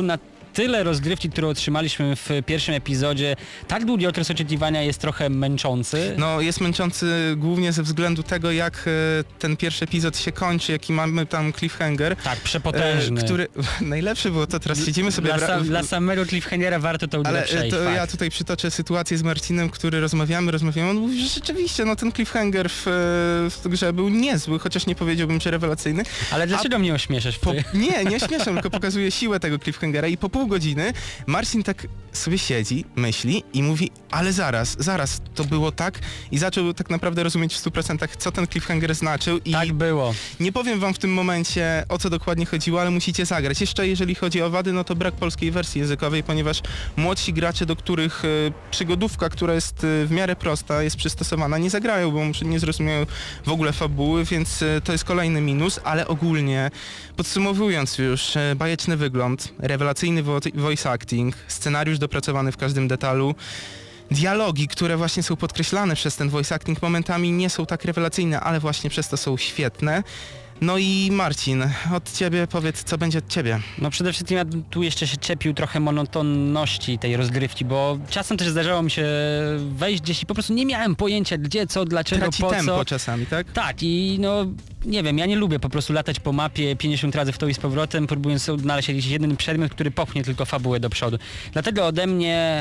tyle rozgrywki, które otrzymaliśmy w pierwszym epizodzie, tak długi okres oczekiwania jest trochę męczący. No jest męczący głównie ze względu tego, jak e, ten pierwszy epizod się kończy, jaki mamy tam cliffhanger. Tak, przepotężny. E, który najlepszy było to, teraz siedzimy sobie... Dla, w- sam, dla samego cliffhangera warto to Ale przejść. to fakt. ja tutaj przytoczę sytuację z Marcinem, który rozmawiamy, rozmawiamy, on mówi, że rzeczywiście, no ten cliffhanger w, w grze był niezły, chociaż nie powiedziałbym, że rewelacyjny. Ale dlaczego mnie ośmieszasz? Po, Ty? nie, nie śmieszam, tylko pokazuje siłę tego cliffhangera i po pół godziny Marcin tak sobie siedzi, myśli i mówi, ale zaraz, zaraz, to było tak i zaczął tak naprawdę rozumieć w stu procentach, co ten cliffhanger znaczył i Tak było. nie powiem wam w tym momencie, o co dokładnie chodziło, ale musicie zagrać. Jeszcze jeżeli chodzi o wady, no to brak polskiej wersji językowej, ponieważ młodsi gracze, do których e, przygodówka, która jest e, w miarę prosta, jest przystosowana, nie zagrają, bo może nie zrozumieją w ogóle fabuły, więc e, to jest kolejny minus, ale ogólnie podsumowując już, e, bajeczny wygląd, rewelacyjny vo voice acting, scenariusz dopracowany w każdym detalu, dialogi, które właśnie są podkreślane przez ten voice acting, momentami nie są tak rewelacyjne, ale właśnie przez to są świetne. No i Marcin, od ciebie powiedz, co będzie od ciebie. No przede wszystkim ja tu jeszcze się czepił trochę monotonności tej rozgrywki, bo czasem też zdarzało mi się wejść gdzieś i po prostu nie miałem pojęcia gdzie, co, dlaczego, Traci po tempo co. czasami, tak? Tak i no nie wiem, ja nie lubię po prostu latać po mapie pięćdziesiąt razy w to i z powrotem, próbując odnaleźć jakiś jeden przedmiot, który popchnie tylko fabułę do przodu. Dlatego ode mnie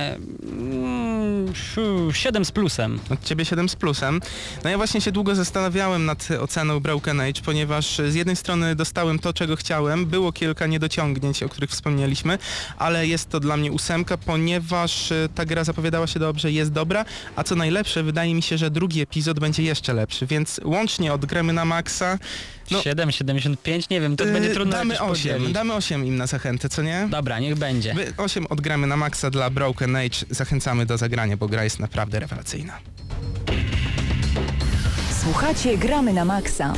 mm, siedem z plusem. Od ciebie siedem z plusem. No ja właśnie się długo zastanawiałem nad oceną Broken Age, ponieważ z jednej strony dostałem to, czego chciałem, było kilka niedociągnięć, o których wspomnieliśmy, ale jest to dla mnie ósemka, ponieważ e, ta gra zapowiadała się dobrze, jest dobra, a co najlepsze, wydaje mi się, że drugi epizod będzie jeszcze lepszy, więc łącznie odgramy na maksa. No, siedem, siedemdziesiąt pięć, nie wiem, to e, będzie trudno damy jakoś osiem, podzielić. damy osiem im na zachętę, co nie? Dobra, niech będzie. My osiem odgramy na maksa dla Broken Age, zachęcamy do zagrania, bo gra jest naprawdę rewelacyjna. Słuchacie Gramy na Maxa.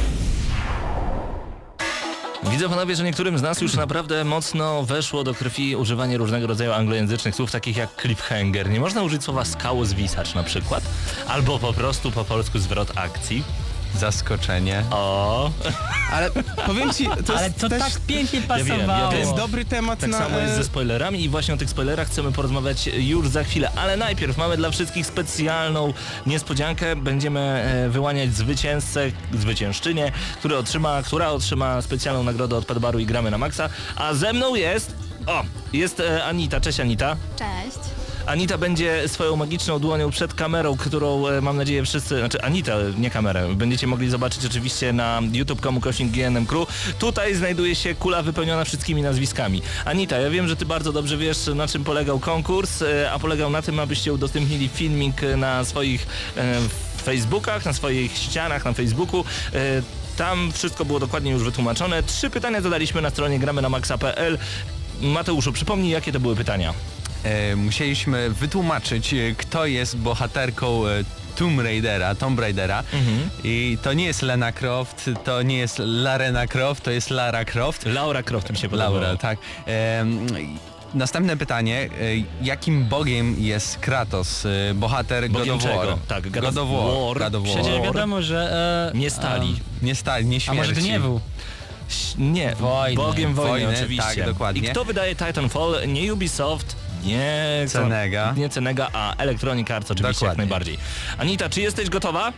Widzę, panowie, że niektórym z nas już naprawdę mocno weszło do krwi używanie różnego rodzaju anglojęzycznych słów, takich jak cliffhanger. Nie można użyć słowa skałozwisacz na przykład, albo po prostu po polsku zwrot akcji. Zaskoczenie. O, Ale powiem ci, to Ale jest to też... tak pięknie wiem, pasowało. ja To wiem. jest dobry temat tak na... samo jest ze spoilerami i właśnie o tych spoilerach chcemy porozmawiać już za chwilę, ale najpierw mamy dla wszystkich specjalną niespodziankę. Będziemy e, wyłaniać zwycięzcę, zwyciężczynię, który otrzyma, która otrzyma specjalną nagrodę od Padbaru i Gramy na Maxa, a ze mną jest, o, jest e, Anita. Cześć Anita. Cześć. Anita będzie swoją magiczną dłonią przed kamerą, którą e, mam nadzieję wszyscy, znaczy Anita, nie kamerę, będziecie mogli zobaczyć oczywiście na youtube kropka com ukośnik G N M Crew. Tutaj znajduje się kula wypełniona wszystkimi nazwiskami. Anita, ja wiem, że ty bardzo dobrze wiesz, na czym polegał konkurs, e, a polegał na tym, abyście udostępnili filmik na swoich e, Facebookach, na swoich ścianach na Facebooku. E, Tam wszystko było dokładnie już wytłumaczone. Trzy pytania zadaliśmy na stronie gramy na maxa kropka p l. Mateuszu, przypomnij, jakie to były pytania. E, musieliśmy wytłumaczyć, e, kto jest bohaterką e, Tomb Raidera, Tomb Raidera. Mhm. I to nie jest Lena Croft, to nie jest Larena Croft, to jest Lara Croft. Laura Croft mi się podobała. Laura, tak. E, Następne pytanie, e, jakim bogiem jest Kratos, e, bohater God Bogiem of War? czego? Tak, God God of of War. War. God of War. Przecież Przecież wiadomo, że... E, Nie stali. Nie stali, nie A, śmierci. a może gniewu? Nie, Wojny. Bogiem wojny, Wojny, oczywiście. tak, dokładnie. I kto wydaje Titanfall? Nie Ubisoft, nie... Cenega. Nie Cenega, a Electronic Arts oczywiście jak Dokładnie. najbardziej. Anita, czy jesteś gotowa?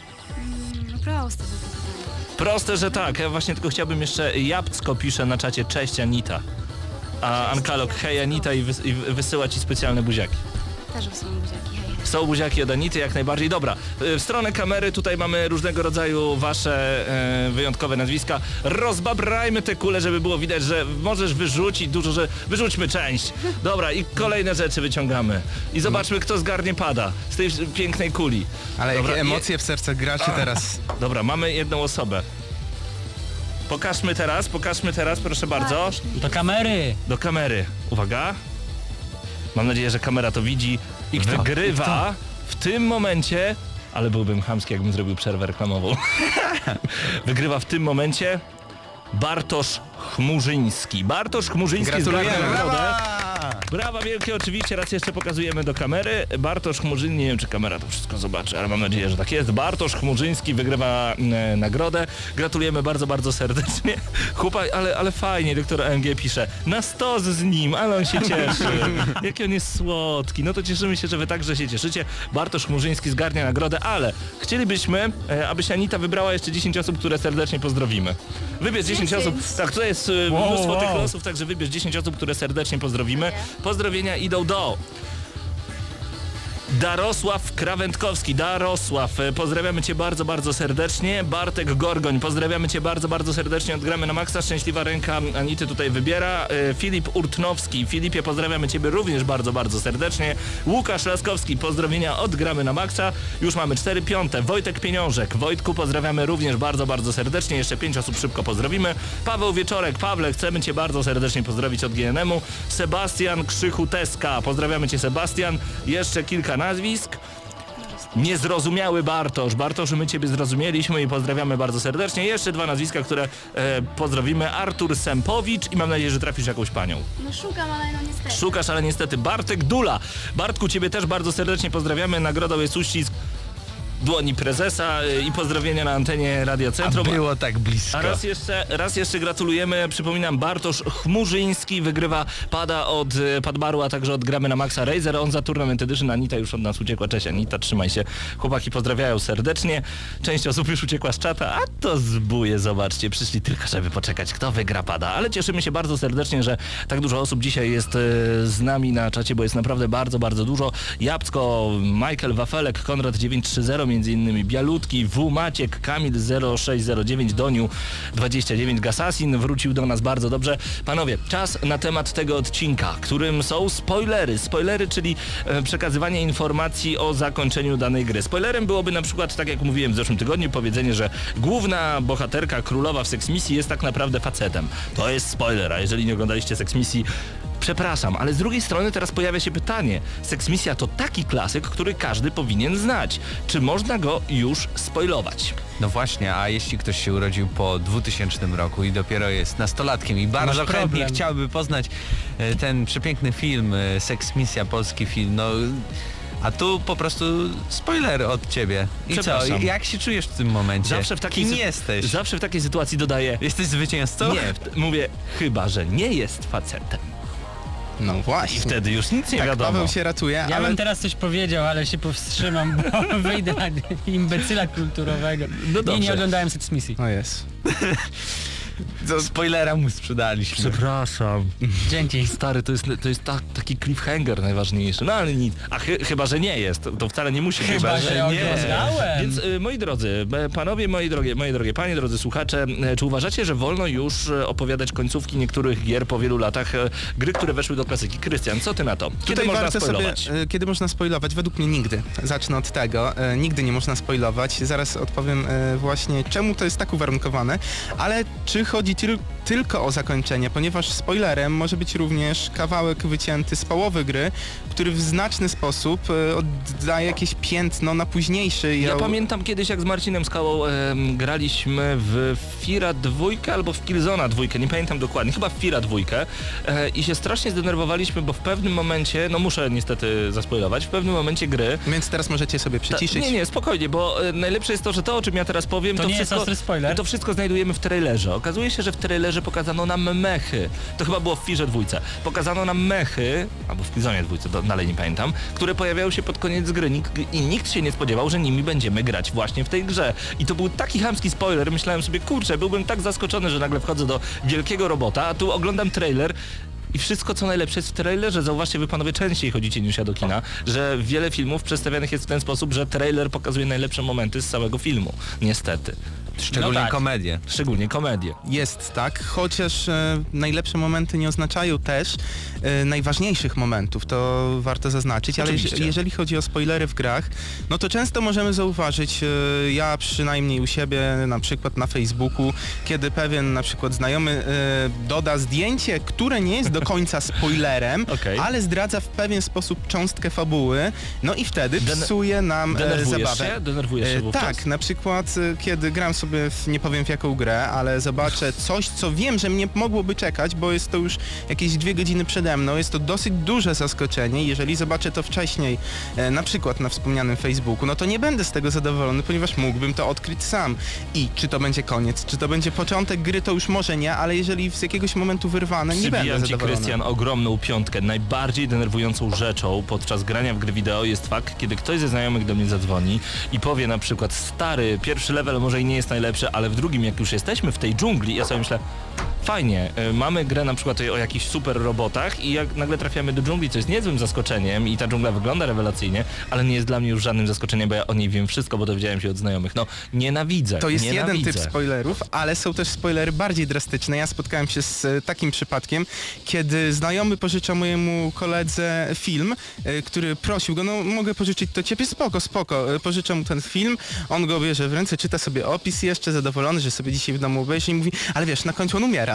No proste to pytanie. Proste, że tak. Ja właśnie tylko chciałbym jeszcze, Jabcko pisze na czacie, cześć Anita. A Ankalog, hej Anita i, wys i wysyła ci specjalne buziaki. Też są buziaki, hej. Są buziaki od Anity, jak najbardziej. Dobra, w stronę kamery tutaj mamy różnego rodzaju wasze e, wyjątkowe nazwiska. Rozbabrajmy te kule, żeby było widać, że możesz wyrzucić dużo, że wyrzućmy część. Dobra, i kolejne rzeczy wyciągamy. I zobaczmy, kto zgarnie pada z tej pięknej kuli. Ale Dobra, jakie emocje w sercach graczy teraz. Dobra, mamy jedną osobę. Pokażmy teraz, pokażmy teraz, proszę bardzo. Do kamery! Do kamery. Uwaga. Mam nadzieję, że kamera to widzi. I kto? wygrywa w tym momencie, ale byłbym chamski, jakbym zrobił przerwę reklamową. Wygrywa w tym momencie Bartosz Chmurzyński. Bartosz Chmurzyński zgarnia Gratulujemy. nagrodę. Brawa! Brawa wielkie, oczywiście raz jeszcze pokazujemy do kamery. Bartosz Chmurzyński, nie wiem czy kamera to wszystko zobaczy, ale mam nadzieję, że tak jest. Bartosz Chmurzyński wygrywa e, nagrodę. Gratulujemy bardzo, bardzo serdecznie. Chłopak, ale, ale fajnie, doktor A M G pisze, na stos z nim, ale on się cieszy. Jaki on jest słodki. No to cieszymy się, że wy także się cieszycie. Bartosz Chmurzyński zgarnia nagrodę, ale chcielibyśmy, e, aby się Anita wybrała jeszcze dziesięć osób, które serdecznie pozdrowimy. Wybierz dziesięć, dziesięć. osób. Tak, tutaj jest e, Wow, mnóstwo wow. tych losów, także wybierz dziesięć osób, które serdecznie pozdrowimy. Pozdrowienia idą do Darosław Krawętkowski. Darosław, e, pozdrawiamy cię bardzo, bardzo serdecznie. Bartek Gorgoń, pozdrawiamy cię bardzo, bardzo serdecznie. Odgramy na maksa. Szczęśliwa ręka Anity tutaj wybiera. E, Filip Urtnowski. Filipie, pozdrawiamy ciebie również bardzo, bardzo serdecznie. Łukasz Laskowski, pozdrowienia odgramy na maksa. Już mamy cztery piąte. Wojtek Pieniążek. Wojtku, pozdrawiamy również bardzo, bardzo serdecznie. Jeszcze pięć osób szybko pozdrowimy. Paweł Wieczorek. Pawle, chcemy cię bardzo serdecznie pozdrowić od G N M u. Sebastian Krzychu-Teska. Pozdrawiamy cię, Sebastian. Jeszcze kilka nazwisk. Niezrozumiały Bartosz. Bartoszu, my ciebie zrozumieliśmy i pozdrawiamy bardzo serdecznie. Jeszcze dwa nazwiska, które e, pozdrowimy. Artur Sempowicz i mam nadzieję, że trafisz jakąś panią. No szukam, ale no niestety. Szukasz, ale niestety. Bartek Dula. Bartku, ciebie też bardzo serdecznie pozdrawiamy. Nagrodą jest uścisk dłoni prezesa e, i pozdrowienia na antenie Radia Centrum. A było tak blisko. A raz jeszcze, raz jeszcze gratulujemy. Przypominam, Bartosz Chmurzyński wygrywa pada od e, Padbaru, a także od gramy na Maxa Razer. On za Tournament Edition. Anita już od nas uciekła. Cześć Anita, trzymaj się. Chłopaki pozdrawiają serdecznie. Część osób już uciekła z czata, a to zbuje, zobaczcie. Przyszli tylko, żeby poczekać, kto wygra pada. Ale cieszymy się bardzo serdecznie, że tak dużo osób dzisiaj jest e, z nami na czacie, bo jest naprawdę bardzo, bardzo dużo. Jabłko, Michael Wafelek, Konrad dziewięć trzy zero, między innymi Bialutki, W, Maciek, Kamil zero sześć zero dziewięć, Doniu dwadzieścia dziewięć, Gasasin wrócił do nas bardzo dobrze. Panowie, czas na temat tego odcinka, którym są spoilery. Spoilery, czyli e, przekazywanie informacji o zakończeniu danej gry. Spoilerem byłoby na przykład, tak jak mówiłem w zeszłym tygodniu, powiedzenie, że główna bohaterka królowa w Sex Misji jest tak naprawdę facetem. To jest spoiler, a jeżeli nie oglądaliście Sex Misji, przepraszam, ale z drugiej strony teraz pojawia się pytanie. Sex Misja to taki klasyk, który każdy powinien znać. Czy można go już spoilować? No właśnie, a jeśli ktoś się urodził po dwutysięcznym roku i dopiero jest nastolatkiem i bardzo Masz chętnie problem. chciałby poznać e, ten przepiękny film, e, Sex Misja, polski film, no... A tu po prostu spoiler od ciebie. I co? Przepraszam. Jak się czujesz w tym momencie? Zawsze w takiej Kim sy- jesteś? Zawsze w takiej sytuacji dodaję. Jesteś zwycięzcą? Nie, w- mówię, chyba że nie jest facetem. No I właśnie. wtedy już nic nie Tak, wiadomo. Paweł się ratuje, Ja ale bym teraz coś powiedział, ale się powstrzymam, bo wyjdę na imbecyla kulturowego. No nie, dobrze. nie oglądałem Sex Misji. o jest. Spoilera mu sprzedaliśmy. Przepraszam. Dzięki. Stary, to jest, to jest ta, taki cliffhanger najważniejszy. No ale nic. A chy, chyba, że nie jest. To wcale nie musi Chyba, być. że oglądałem. Więc y, moi drodzy, e, panowie, moi drogie, moje drogie panie, drodzy słuchacze, e, czy uważacie, że wolno już e, opowiadać końcówki niektórych gier po wielu latach? E, gry, które weszły do klasyki. Krystian, co ty na to? Kiedy Tutaj można warto spoilować? sobie, e, kiedy można spoilować? Według mnie nigdy. Zacznę od tego. E, nigdy nie można spoilować. Zaraz odpowiem e, właśnie, czemu to jest tak uwarunkowane. Ale czy chodzi tyl- tylko o zakończenie? Ponieważ spoilerem może być również kawałek wycięty z połowy gry, który w znaczny sposób e, oddaje jakieś piętno na późniejszy. Ja ją- pamiętam kiedyś, jak z Marcinem Skałą em, graliśmy w Fira dwójkę albo w Killzona dwójkę, nie pamiętam dokładnie, chyba w Fira dwójkę e, i się strasznie zdenerwowaliśmy, bo w pewnym momencie, no muszę niestety zaspoilować, w pewnym momencie gry... Więc teraz możecie sobie Ta, przyciszyć. nie, nie, spokojnie, bo e, najlepsze jest to, że to, o czym ja teraz powiem, To to, nie jest wszystko, ostry spoiler. to wszystko znajdujemy w trailerze. Okazuje się, że w trailerze pokazano nam mechy. To chyba było w Firze dwójce. Pokazano nam mechy, albo w Killzonie dwójce, to dalej nie pamiętam, które pojawiają się pod koniec gry nikt, i nikt się nie spodziewał, że nimi będziemy grać właśnie w tej grze. I to był taki chamski spoiler, myślałem sobie, kurczę, byłbym tak zaskoczony, że nagle wchodzę do wielkiego robota, a tu oglądam trailer i wszystko, co najlepsze jest w trailerze. Zauważcie, wy panowie częściej chodzicie niż ja do kina, że wiele filmów przedstawianych jest w ten sposób, że trailer pokazuje najlepsze momenty z całego filmu. Niestety. Szczególnie No tak. komedię. Szczególnie komedie. Jest tak, chociaż e, najlepsze momenty nie oznaczają też e, najważniejszych momentów, to warto zaznaczyć, ale Oczywiście. jeż- jeżeli chodzi o spoilery w grach, no to często możemy zauważyć, e, ja przynajmniej u siebie, na przykład na Facebooku, kiedy pewien na przykład znajomy e, doda zdjęcie, które nie jest do do końca spoilerem, Okej. ale zdradza w pewien sposób cząstkę fabuły, no i wtedy Den- psuje nam e, Denerwujesz zabawę. się? Denerwujesz się E, wówczas? tak, na przykład e, kiedy gram sobie, w, nie powiem w jaką grę, ale zobaczę coś, co wiem, że mnie mogłoby czekać, bo jest to już jakieś dwie godziny przede mną, jest to dosyć duże zaskoczenie. Jeżeli zobaczę to wcześniej, e, na przykład na wspomnianym Facebooku, no to nie będę z tego zadowolony, ponieważ mógłbym to odkryć sam. I czy to będzie koniec, czy to będzie początek gry, to już może nie, ale jeżeli z jakiegoś momentu wyrwane, nie będę Przybijam ci, zadowolony. Krystian, ogromną piątkę. Najbardziej denerwującą rzeczą podczas grania w gry wideo jest fakt, kiedy ktoś ze znajomych do mnie zadzwoni i powie na przykład: stary, pierwszy level może i nie jest najlepszy, ale w drugim, jak już jesteśmy w tej dżungli, ja sobie myślę, fajnie, y, mamy grę na przykład o jakichś super robotach i jak nagle trafiamy do dżungli, co jest niezłym zaskoczeniem i ta dżungla wygląda rewelacyjnie, ale nie jest dla mnie już żadnym zaskoczeniem, bo ja o niej wiem wszystko, bo dowiedziałem się od znajomych. No, nienawidzę, To jest nienawidzę. jeden typ spoilerów, ale są też spoilery bardziej drastyczne. Ja spotkałem się z e, takim przypadkiem, kiedy znajomy pożycza mojemu koledze film, e, który prosił go, no mogę pożyczyć to ciebie, spoko, spoko. E, Pożyczę mu ten film, on go bierze w ręce, czyta sobie opis jeszcze, zadowolony, że sobie dzisiaj w domu obejrzy i mówi, ale wiesz, na końcu on umiera.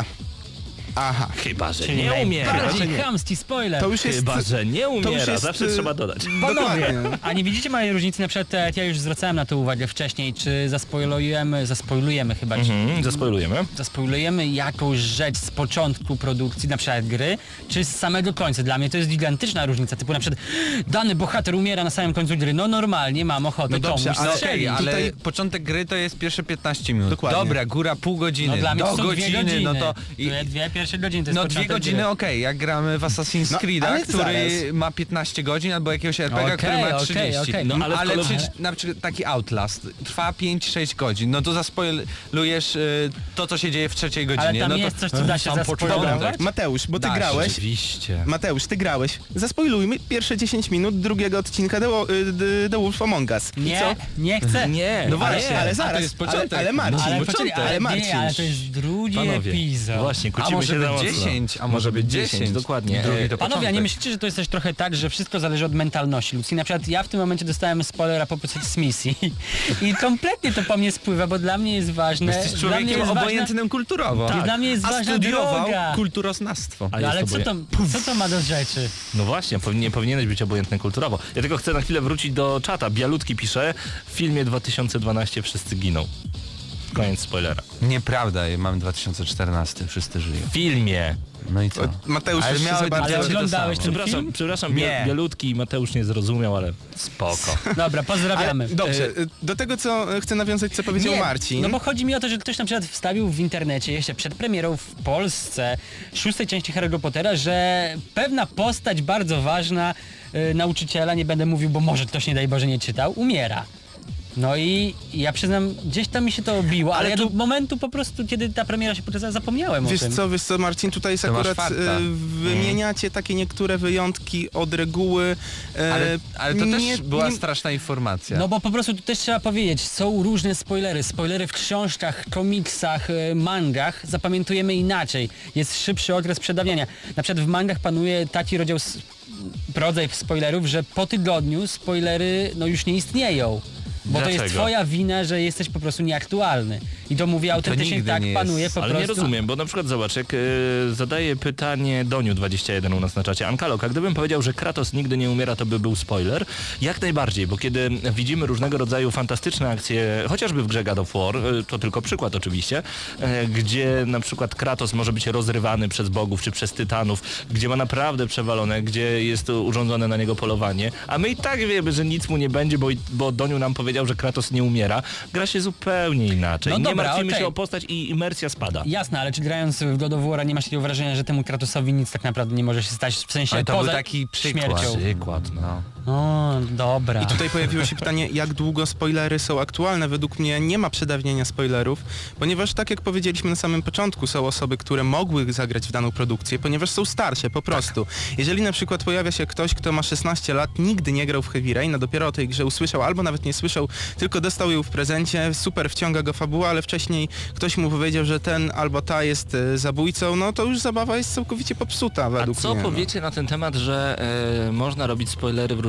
Aha. Chyba, że Czyli nie umiera. najbardziej chamski spoiler. To już jest... Chyba, że nie to umiera, już jest, zawsze y, trzeba dodać. Panowie, Dokładnie. a nie widzicie małej różnicy, na przykład jak ja już zwracałem na to uwagę wcześniej, czy zaspoilujemy, zaspoilujemy chyba, Mhm, zaspoilujemy. zaspoilujemy jakąś rzecz z początku produkcji, na przykład gry, czy z samego końca. Dla mnie to jest gigantyczna różnica, typu na przykład dany bohater umiera na samym końcu gry, no normalnie mam ochotę No dobrze, komuś ale- strzelić. Ale Tutaj- początek gry to jest pierwsze piętnaście minut. Dokładnie. Dobra, góra pół godziny, No dla mnie do to są dwie godziny, godziny, no to... Dwie, dwie pierwsze godziny, to jest No dwie początek godziny gry. okej, jak gramy w Assassin's No, Creed'a, ale który zaraz. ma piętnaście godzin, albo jakiegoś er pe gie, Okej, który ma okej, trzydzieści. okej, no ale ale w ale kolor- przecież na przykład taki Outlast trwa pięć sześć godzin, no to zaspoilujesz y, to, co się dzieje w trzeciej godzinie. Ale tam no jest to, coś, co da się sam zaspoilować. początek. Mateusz, bo ty Da się, grałeś, Oczywiście. Mateusz, ty grałeś. Zaspoilujmy pierwsze dziesięć minut drugiego odcinka The, Wo- y, The, The Wolf Among Us. I Nie, co? nie chcę. Nie, No ale właśnie, nie. ale A zaraz. to jest początek. Ale, ale Marcin, Ale, początek, poczekaj, ale, ale Marcin. nie, ale to jest drugi Panowie, epizod. właśnie, A kłócimy może się być za mocno. dziesięć, a może być dziesięć, dokładnie. Drugi E, to Panowie, a nie początek. myślicie, że to jest też trochę tak, że wszystko zależy od mentalności ludzi? Na przykład ja w tym momencie dostałem spoilera po prostu z misji i kompletnie to po mnie spływa, bo dla mnie jest ważne... Jesteś dla mnie człowiekiem jest obojętnym kulturowo. Ważna, Dla mnie jest A ważna studiował droga. kulturoznawstwo. A No, jest ale co oboje- to, co to ma do rzeczy? No właśnie, powinien, nie powinieneś być obojętny kulturowo. Ja tylko chcę na chwilę wrócić do czata. Bialutki pisze, w filmie dwa tysiące dwanaście wszyscy giną. Koniec spoilera. Nieprawda, mamy dwa tysiące czternasty, wszyscy żyją. W filmie. No i co? O, Mateusz Ale już się miały za bardzo... Ale dzieci to oglądałeś samo. ten Przepraszam, film? przepraszam, Nie. Bia- Bialutki Mateusz nie zrozumiał, ale spoko. Dobra, pozdrawiamy. Ale, dobrze, y, do tego co y, chcę nawiązać, co powiedział Nie, Marcin. No bo chodzi mi o to, że ktoś na przykład wstawił w internecie jeszcze przed premierą w Polsce szóstej części Harry'ego Pottera, że pewna postać bardzo ważna y, nauczyciela, nie będę mówił, bo może ktoś nie daj Boże nie czytał, umiera. No i ja przyznam, gdzieś tam mi się to obiło, ale, Ale ja tu- do momentu po prostu, kiedy ta premiera się pokazała, zapomniałem Wiesz o tym. co, wiesz co, Marcin, tutaj jest To masz akurat farta. y, wymieniacie takie niektóre wyjątki od reguły. y, Ale, ale to też nie- była nie- straszna informacja. No bo po prostu tu też trzeba powiedzieć, są różne spoilery. Spoilery w książkach, komiksach, e, mangach zapamiętujemy inaczej. Jest szybszy okres przedawiania. Na przykład w mangach panuje taki rodzaj, s- rodzaj spoilerów, że po tygodniu spoilery no już nie istnieją. Bo to jest Dlaczego? twoja wina, że jesteś po prostu nieaktualny. I to mówię autentycznie, nigdy tak nie panuje jest. po Ale prostu. nie rozumiem, bo na przykład zobacz, jak e, zadaje pytanie Doniu dwadzieścia jeden u nas na czacie. Ankalok, a gdybym powiedział, że Kratos nigdy nie umiera, to by był spoiler? Jak najbardziej, bo kiedy widzimy różnego rodzaju fantastyczne akcje, chociażby w grze God of War, e, to tylko przykład oczywiście, e, gdzie na przykład Kratos może być rozrywany przez bogów czy przez tytanów, gdzie ma naprawdę przewalone, gdzie jest urządzone na niego polowanie, a my i tak wiemy, że nic mu nie będzie, bo, bo Doniu nam powiedział, że Kratos nie umiera. Gra się zupełnie inaczej. No nie dobra, martwimy okej. się o postać i imersja spada. Jasne, ale czy grając w God of War nie masz takiego wrażenia, że temu Kratosowi nic tak naprawdę nie może się stać, w sensie Ale to poza był taki przykład. śmiercią? Przykład, no. O, dobra. I tutaj pojawiło się pytanie, jak długo spoilery są aktualne. Według mnie nie ma przedawnienia spoilerów, ponieważ tak jak powiedzieliśmy na samym początku, są osoby, które mogły zagrać w daną produkcję, ponieważ są starsze po prostu. Jeżeli na przykład pojawia się ktoś, kto ma szesnaście lat, nigdy nie grał w Heavy Rain, a dopiero o tej grze usłyszał, albo nawet nie słyszał, tylko dostał ją w prezencie, super wciąga go fabuła, ale wcześniej ktoś mu powiedział, że ten albo ta jest e, zabójcą, no to już zabawa jest całkowicie popsuta A według co mnie. powiecie na ten temat, że e, można robić spoilery w różnych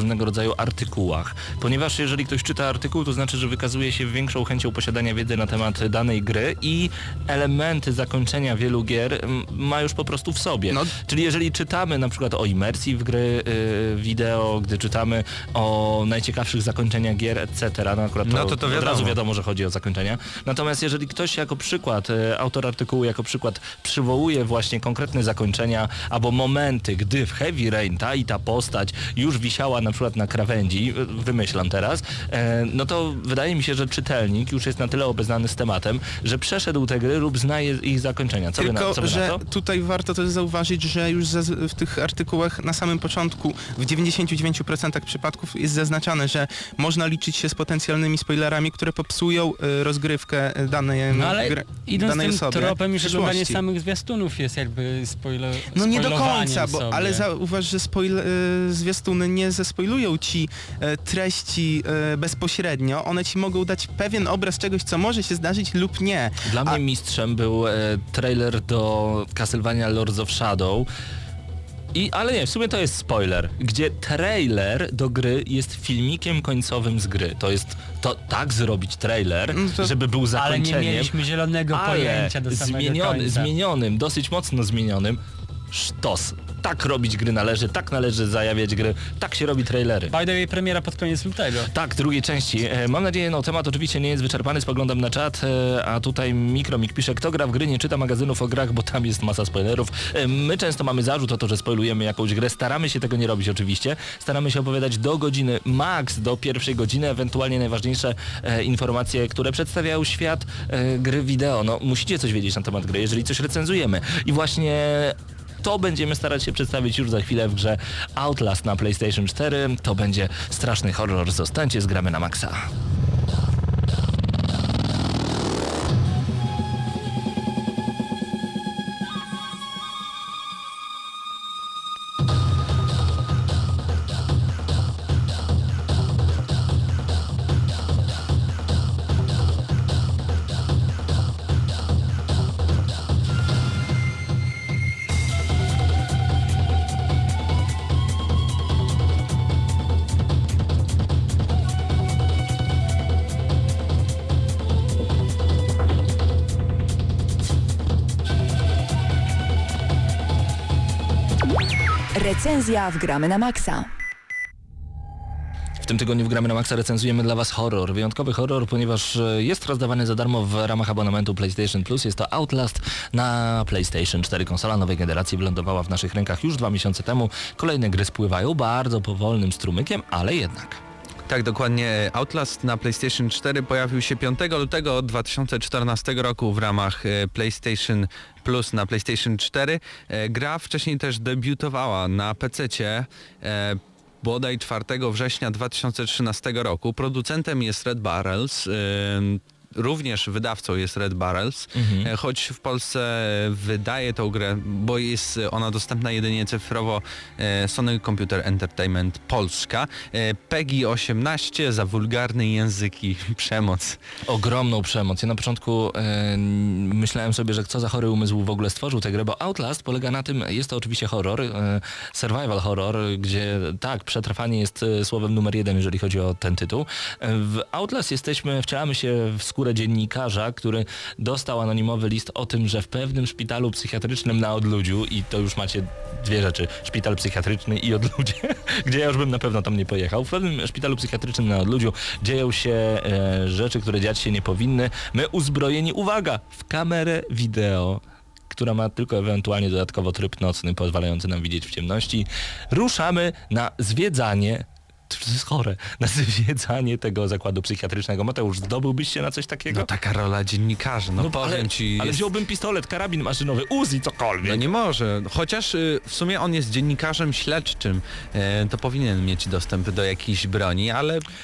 różnego rodzaju artykułach. Ponieważ jeżeli ktoś czyta artykuł, to znaczy, że wykazuje się większą chęcią posiadania wiedzy na temat danej gry i elementy zakończenia wielu gier ma już po prostu w sobie. No. Czyli jeżeli czytamy na przykład o imersji w gry yy, wideo, gdy czytamy o najciekawszych zakończeniach gier, et cetera. No, akurat to, no to, to wiadomo. Od razu wiadomo, że chodzi o zakończenia. Natomiast jeżeli ktoś jako przykład, yy, autor artykułu jako przykład przywołuje właśnie konkretne zakończenia albo momenty, gdy w Heavy Rain ta i ta postać już wisiała na przykład na krawędzi, wymyślam teraz, yy, no to wydaje mi się, że czytelnik już jest na tyle obeznany z tematem, że przeszedł te gry lub zna je, ich zakończenia. Co Tylko, wy na, co wy że na to? tutaj warto też zauważyć, że już za, w tych artykułach na samym początku w dziewięćdziesięciu dziewięciu procentach przypadków jest zaznaczane, że można liczyć się z potencjalnymi spoilerami, które popsują y, rozgrywkę danej, no, ale gry, idąc danej tym osoby. tropem, już oglądanie samych zwiastunów jest jakby spoiler. No nie do końca, bo, sobie. ale zauważ, że spoil, y, zwiastuny nie zespoilują ci y, treści y, bezpośrednio, one ci mogą dać pewien obraz czegoś, co może się zdarzyć lub nie. Dla A... mnie mistrzem był e, trailer do Castlevania Lords of Shadow. I, ale nie, w sumie to jest spoiler, gdzie trailer do gry jest filmikiem końcowym z gry. To jest, to tak zrobić trailer, no to, żeby był zakończeniem. Ale nie mieliśmy zielonego ale pojęcia do samego zmieniony, końca. zmienionym, dosyć mocno zmienionym. Sztos. Tak robić gry należy, tak należy zajawiać gry, tak się robi trailery. By the way, premiera pod koniec lutego. Tak, drugiej części. E, mam nadzieję, no temat oczywiście nie jest wyczerpany, spoglądam na czat, e, a tutaj Mikromik pisze, kto gra w gry, nie czyta magazynów o grach, bo tam jest masa spoilerów. E, my często mamy zarzut o to, że spoilujemy jakąś grę, staramy się tego nie robić oczywiście, staramy się opowiadać do godziny, max do pierwszej godziny, ewentualnie najważniejsze e, informacje, które przedstawiają świat e, gry wideo. No musicie coś wiedzieć na temat gry, jeżeli coś recenzujemy. I właśnie to będziemy starać się przedstawić już za chwilę w grze Outlast na PlayStation cztery. To będzie straszny horror. Zostańcie z Gramy na Maxa. Recenzja w Gramy na Maxa. W tym tygodniu w Gramy na Maxa recenzujemy dla Was horror. Wyjątkowy horror, ponieważ jest rozdawany za darmo w ramach abonamentu PlayStation Plus. Jest to Outlast na PlayStation cztery. Konsola nowej generacji wylądowała w naszych rękach już dwa miesiące temu. Kolejne gry spływają bardzo powolnym strumykiem, ale jednak. Tak, dokładnie. Outlast na PlayStation cztery pojawił się piątego lutego dwa tysiące czternastego roku w ramach PlayStation Plus na PlayStation cztery. Gra wcześniej też debiutowała na pececie bodaj czwartego września dwa tysiące trzynastego roku. Producentem jest Red Barrels. Yy, Również wydawcą jest Red Barrels, mhm. choć w Polsce wydaje tą grę, bo jest ona dostępna jedynie cyfrowo, Sony Computer Entertainment Polska. PEGI osiemnaście za wulgarne języki, przemoc. Ogromną przemoc. Ja na początku e, myślałem sobie, że kto za chory umysł w ogóle stworzył tę grę, bo Outlast polega na tym, jest to oczywiście horror, e, survival horror, gdzie tak, przetrwanie jest słowem numer jeden, jeżeli chodzi o ten tytuł. W Outlast jesteśmy, wcielamy się w skórę dziennikarza, który dostał anonimowy list o tym, że w pewnym szpitalu psychiatrycznym na odludziu, i to już macie dwie rzeczy, szpital psychiatryczny i odludzie, gdzie ja już bym na pewno tam nie pojechał. W pewnym szpitalu psychiatrycznym na odludziu dzieją się e, rzeczy, które dziać się nie powinny. My uzbrojeni, uwaga, w kamerę wideo, która ma tylko ewentualnie dodatkowo tryb nocny pozwalający nam widzieć w ciemności, ruszamy na zwiedzanie. To jest chore. Na zwiedzanie tego zakładu psychiatrycznego. Mateusz, zdobyłbyś się na coś takiego? No taka rola dziennikarza, no, no powiem ale, ci... Ale jest... wziąłbym pistolet, karabin maszynowy, Uzi, cokolwiek. No nie może. Chociaż y, w sumie on jest dziennikarzem śledczym. Y, to powinien mieć dostęp do jakiejś broni, ale...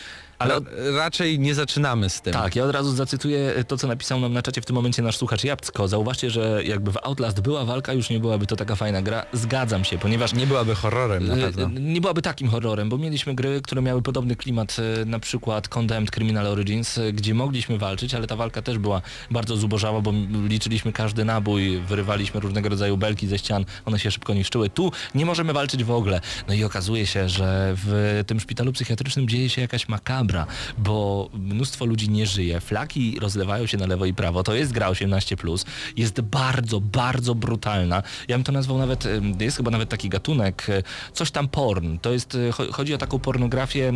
Ale Ra- od... raczej nie zaczynamy z tym. Tak, ja od razu zacytuję to, co napisał nam na czacie w tym momencie nasz słuchacz Jabcko. Zauważcie, że jakby w Outlast była walka, już nie byłaby to taka fajna gra. Zgadzam się, ponieważ Nie byłaby horrorem na pewno. Y, Nie byłaby takim horrorem, bo mieliśmy gry, które miały podobny klimat, y, na przykład Condemned Criminal Origins, y, gdzie mogliśmy walczyć, ale ta walka też była bardzo zubożała, bo m- liczyliśmy każdy nabój, wyrywaliśmy różnego rodzaju belki ze ścian, one się szybko niszczyły. Tu nie możemy walczyć w ogóle. No i okazuje się, że w tym szpitalu psychiatrycznym dzieje się jakaś makabra, bo mnóstwo ludzi nie żyje, flaki rozlewają się na lewo i prawo, to jest gra osiemnaście plus, jest bardzo, bardzo brutalna. Ja bym to nazwał nawet, y, jest chyba nawet taki gatunek, y, coś tam porn. To jest, y, cho- chodzi o taką pornografię,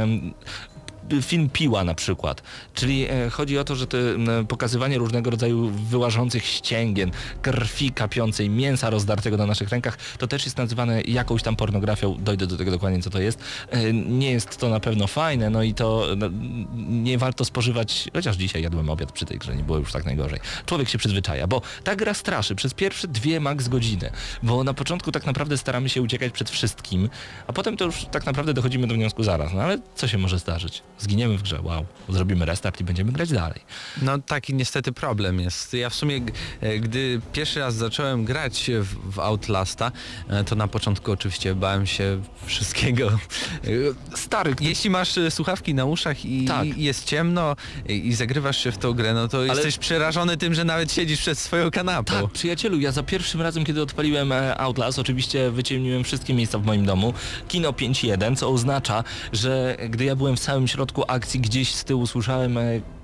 y, film Piła na przykład. Czyli e, chodzi o to, że te, m, pokazywanie różnego rodzaju wyłażących ścięgien, krwi kapiącej, mięsa rozdartego na naszych rękach, to też jest nazywane jakąś tam pornografią. Dojdę do tego dokładnie, co to jest. E, nie jest to na pewno fajne, no i to no, nie warto spożywać, chociaż dzisiaj jadłem obiad przy tej grze, nie było już tak najgorzej. Człowiek się przyzwyczaja, bo ta gra straszy przez pierwsze dwie max godziny, bo na początku tak naprawdę staramy się uciekać przed wszystkim, a potem to już tak naprawdę dochodzimy do wniosku zaraz, no ale co się może zdarzyć? Zginiemy w grze, wow, zrobimy restart i będziemy grać dalej. No taki niestety problem jest. Ja w sumie, g- e, gdy pierwszy raz zacząłem grać w, w Outlasta, e, to na początku oczywiście bałem się wszystkiego. E, Stary, Jeśli masz e, słuchawki na uszach i, Tak. i jest ciemno i, i zagrywasz się w tą grę, no to jesteś przerażony tym, że nawet siedzisz przed swoją kanapą. tak, przyjacielu, ja za pierwszym razem, kiedy odpaliłem e, Outlast, oczywiście wyciemniłem wszystkie miejsca w moim domu, kino pięć jeden, co oznacza, że gdy ja byłem w samym środku akcji, gdzieś z tyłu słyszałem e,